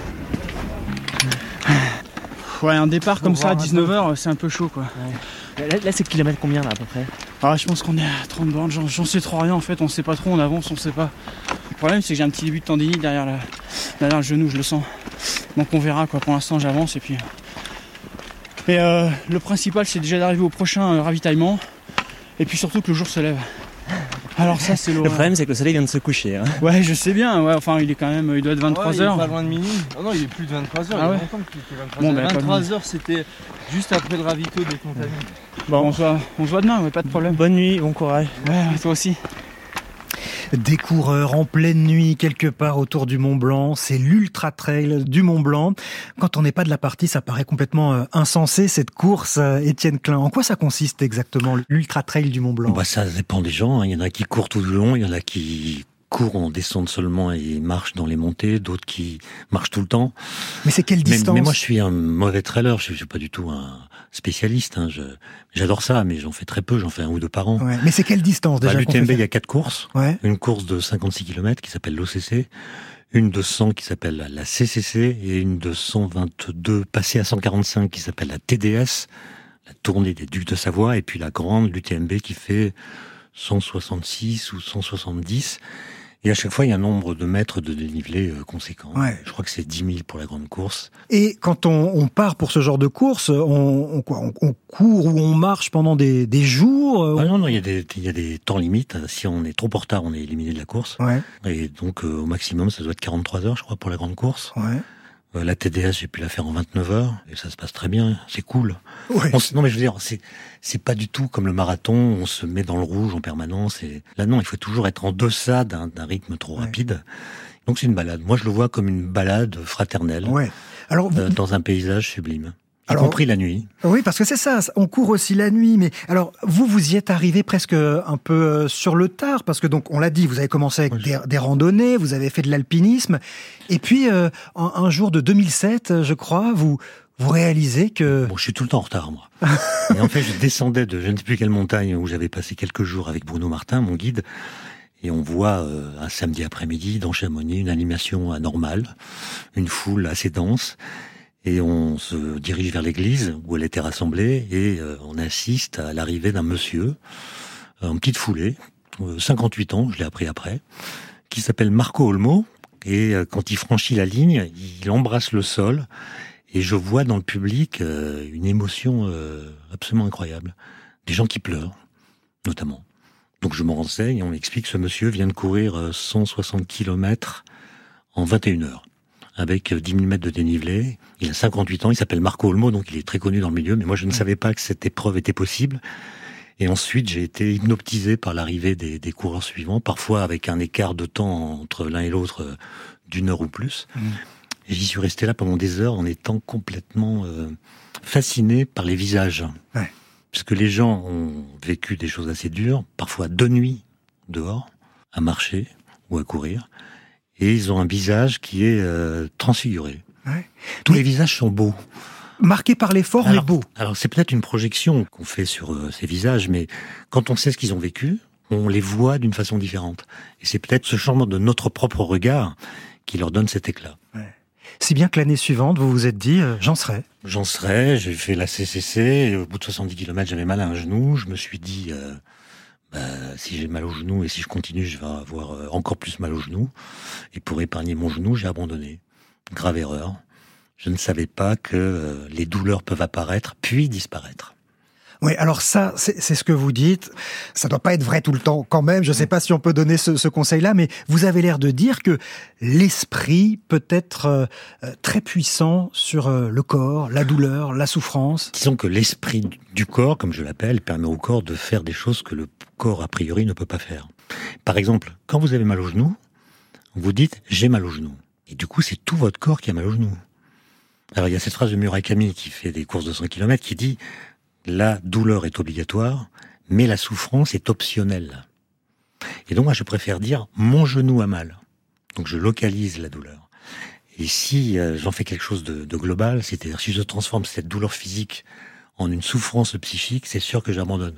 Ouais, un départ comme ça à dix-neuf heures, c'est un peu chaud quoi. Ouais. Là, là c'est kilomètre combien là à peu près? Ah, je pense qu'on est à trente bornes, j'en, j'en sais trop rien en fait, on sait pas trop, on avance, on sait pas. Le problème c'est que j'ai un petit début de tendinite derrière, la, derrière le genou, je le sens. Donc on verra quoi, pour l'instant j'avance et puis... Et euh, le principal c'est déjà d'arriver au prochain euh, ravitaillement et puis surtout que le jour se lève. Alors ça, c'est Le l'horreur. problème, c'est que le soleil vient de se coucher. Hein. Ouais, je sais bien. Ouais, enfin, il est quand même, il doit être vingt-trois heures. Ouais, il est pas loin de minuit. Oh non, il est plus de vingt-trois heures. Ah il y a ouais. longtemps qu'il était vingt-trois Bon, heures. ben, pas de vingt-trois heures, c'était juste après le ravito des contaminés. Bon, on se voit, on se voit demain, ouais, pas de problème. Bonne nuit, bon courage. Ouais, toi aussi. Des coureurs en pleine nuit quelque part autour du Mont Blanc, c'est l'Ultra Trail du Mont Blanc. Quand on n'est pas de la partie, ça paraît complètement euh, insensé cette course, euh, Étienne Klein. En quoi ça consiste exactement, l'Ultra Trail du Mont Blanc? Bah, ça dépend des gens, hein. Il y en a qui courent tout le long, il y en a qui courent en descente seulement et marchent dans les montées, d'autres qui marchent tout le temps. Mais c'est quelle distance? mais, mais moi je suis un mauvais trailer, je suis pas du tout un spécialiste. Hein. Je, j'adore ça, mais j'en fais très peu, j'en fais un ou deux par an. Ouais. Mais c'est quelle distance déjà? Bah, L'U T M B, il y a quatre courses. Ouais. Une course de cinquante-six kilomètres qui s'appelle l'O C C, une de cent qui s'appelle la C C C et une de cent vingt-deux passée à cent quarante-cinq qui s'appelle la T D S, la tournée des Ducs de Savoie, et puis la grande l'U T M B qui fait cent soixante-six ou cent soixante-dix. Et à chaque fois, il y a un nombre de mètres de dénivelé euh, conséquent. Ouais. Je crois que c'est dix mille pour la grande course. Et quand on, on part pour ce genre de course, on, on, quoi, on, on court ou on marche pendant des, des jours? Ah non, non, il y a des, il y a des temps limites. Si on est trop en retard, on est éliminé de la course. Ouais. Et donc, euh, au maximum, ça doit être quarante-trois heures, je crois, pour la grande course. Ouais. Euh, la T D S, j'ai pu la faire en vingt-neuf heures, et ça se passe très bien, c'est cool. Ouais. On se, non mais je veux dire, c'est c'est pas du tout comme le marathon, on se met dans le rouge en permanence, et là non, il faut toujours être en deçà d'un, d'un rythme trop ouais. rapide. Donc c'est une balade. Moi je le vois comme une balade fraternelle, ouais. Alors, vous... euh, dans un paysage sublime. Y alors, compris la nuit. Oui, parce que c'est ça, on court aussi la nuit. Mais alors, vous, vous y êtes arrivé presque un peu sur le tard, parce que donc, on l'a dit, vous avez commencé avec ouais, des, des randonnées, vous avez fait de l'alpinisme, et puis euh, un, un jour de deux mille sept, je crois, vous vous réalisez que... Bon, je suis tout le temps en retard, moi. Et en fait, je descendais de je ne sais plus quelle montagne où j'avais passé quelques jours avec Bruno Martin, mon guide, et on voit euh, un samedi après-midi dans Chamonix une animation anormale, une foule assez dense. Et on se dirige vers l'église où elle était rassemblée et euh, on assiste à l'arrivée d'un monsieur en petite foulée, euh, cinquante-huit ans, je l'ai appris après, qui s'appelle Marco Olmo. Et euh, quand il franchit la ligne, il embrasse le sol et je vois dans le public euh, une émotion euh, absolument incroyable. Des gens qui pleurent, notamment. Donc je me renseigne et on m'explique que ce monsieur vient de courir cent soixante kilomètres en vingt et une heures. Avec dix mille mètres de dénivelé. Il a cinquante-huit ans, il s'appelle Marco Olmo, donc il est très connu dans le milieu, mais moi je ne savais pas que cette épreuve était possible. Et ensuite, j'ai été hypnotisé par l'arrivée des, des coureurs suivants, parfois avec un écart de temps entre l'un et l'autre d'une heure ou plus. Mmh. Et j'y suis resté là pendant des heures en étant complètement euh, fasciné par les visages. Ouais. Parce que les gens ont vécu des choses assez dures, parfois deux nuits dehors, à marcher ou à courir. Et ils ont un visage qui est euh, transfiguré. Ouais. Tous mais les visages sont beaux. Marqués par l'effort, alors, mais beaux. Alors c'est peut-être une projection qu'on fait sur euh, ces visages, mais quand on sait ce qu'ils ont vécu, on les voit d'une façon différente. Et c'est peut-être ce changement de notre propre regard qui leur donne cet éclat. Ouais. Si bien que l'année suivante, vous vous êtes dit, euh, j'en serai. J'en serai, j'ai fait la C C C, et au bout de soixante-dix kilomètres, j'avais mal à un genou, je me suis dit... Euh, Bah, si j'ai mal au genou et si je continue, je vais avoir encore plus mal au genou. Et pour épargner mon genou, j'ai abandonné. Grave erreur. Je ne savais pas que les douleurs peuvent apparaître puis disparaître. Oui, alors ça, c'est, c'est ce que vous dites. Ça doit pas être vrai tout le temps quand même. Je ne sais pas si on peut donner ce, ce conseil-là, mais vous avez l'air de dire que l'esprit peut être euh, très puissant sur euh, le corps, la douleur, la souffrance. Disons que l'esprit du corps, comme je l'appelle, permet au corps de faire des choses que le corps, a priori, ne peut pas faire. Par exemple, quand vous avez mal au genou, vous dites « j'ai mal au genou ». Et du coup, c'est tout votre corps qui a mal au genou. Alors, il y a cette phrase de Murakami qui fait des courses de cent kilomètres qui dit « la douleur est obligatoire, mais la souffrance est optionnelle ». Et donc, moi, je préfère dire « mon genou a mal ». Donc, je localise la douleur. Et si euh, j'en fais quelque chose de, de global, c'est-à-dire si je transforme cette douleur physique en une souffrance psychique, c'est sûr que j'abandonne.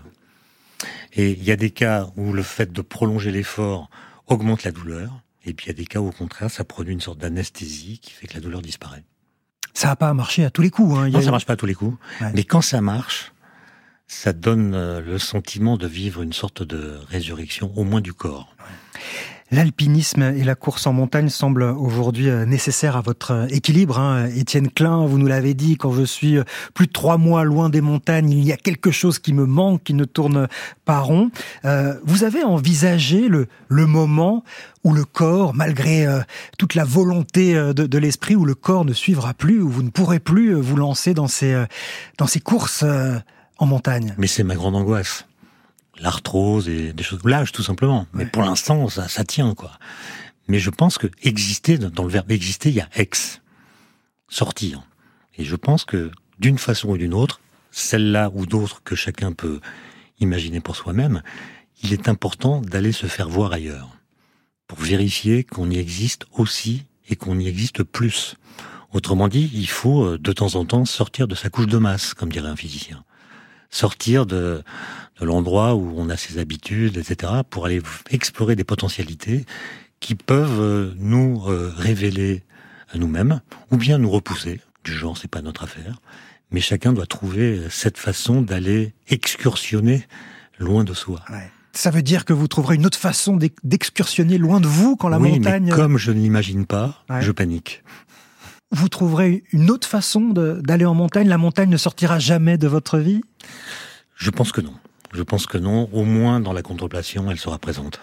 Et il y a des cas où le fait de prolonger l'effort augmente la douleur, et puis il y a des cas où, au contraire, ça produit une sorte d'anesthésie qui fait que la douleur disparaît. Ça n'a pas marché à tous les coups. Hein. Il y a... Non, ça marche pas à tous les coups. Ouais. Mais quand ça marche, ça donne le sentiment de vivre une sorte de résurrection, au moins du corps. Ouais. L'alpinisme et la course en montagne semblent aujourd'hui nécessaires à votre équilibre. Hein. Étienne Klein, vous nous l'avez dit, quand je suis plus de trois mois loin des montagnes, il y a quelque chose qui me manque, qui ne tourne pas rond. Euh, vous avez envisagé le, le moment où le corps, malgré euh, toute la volonté de, de l'esprit, où le corps ne suivra plus, où vous ne pourrez plus vous lancer dans ces, euh, dans ces courses euh, en montagne? Mais c'est ma grande angoisse. L'arthrose et des choses, l'âge tout simplement. Mais ouais. Pour l'instant, ça, ça tient, quoi. Mais je pense que exister, dans le verbe exister, il y a ex, sortir. Et je pense que d'une façon ou d'une autre, celle-là ou d'autres que chacun peut imaginer pour soi-même, il est important d'aller se faire voir ailleurs. Pour vérifier qu'on y existe aussi et qu'on y existe plus. Autrement dit, il faut de temps en temps sortir de sa couche de masse, comme dirait un physicien. Sortir de, de l'endroit où on a ses habitudes, et cetera, pour aller explorer des potentialités qui peuvent nous euh, révéler à nous-mêmes, ou bien nous repousser, du genre c'est pas notre affaire, mais chacun doit trouver cette façon d'aller excursionner loin de soi. Ouais. Ça veut dire que vous trouverez une autre façon d'excursionner loin de vous quand la oui, montagne... mais comme je ne l'imagine pas, ouais. je panique. Vous trouverez une autre façon d'aller en montagne? La montagne ne sortira jamais de votre vie? Je pense que non. Je pense que non. Au moins, dans la contemplation, elle sera présente.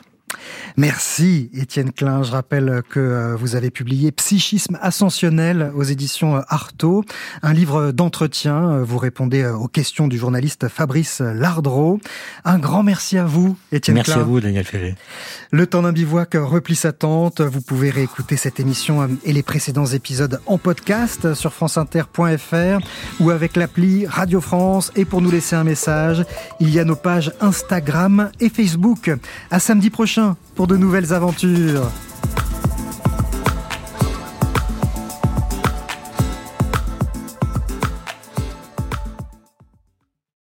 Merci Étienne Klein. Je rappelle que vous avez publié Psychisme ascensionnel aux éditions Artaud, un livre d'entretien. Vous répondez aux questions du journaliste Fabrice Lardreau. Un grand merci à vous, Étienne Merci Klein. Merci à vous, Daniel Févé. Le temps d'un bivouac replie sa tente. Vous pouvez réécouter cette émission et les précédents épisodes en podcast sur franceinter point f r ou avec l'appli Radio France. Et pour nous laisser un message, il y a nos pages Instagram et Facebook. À samedi prochain pour de nouvelles aventures.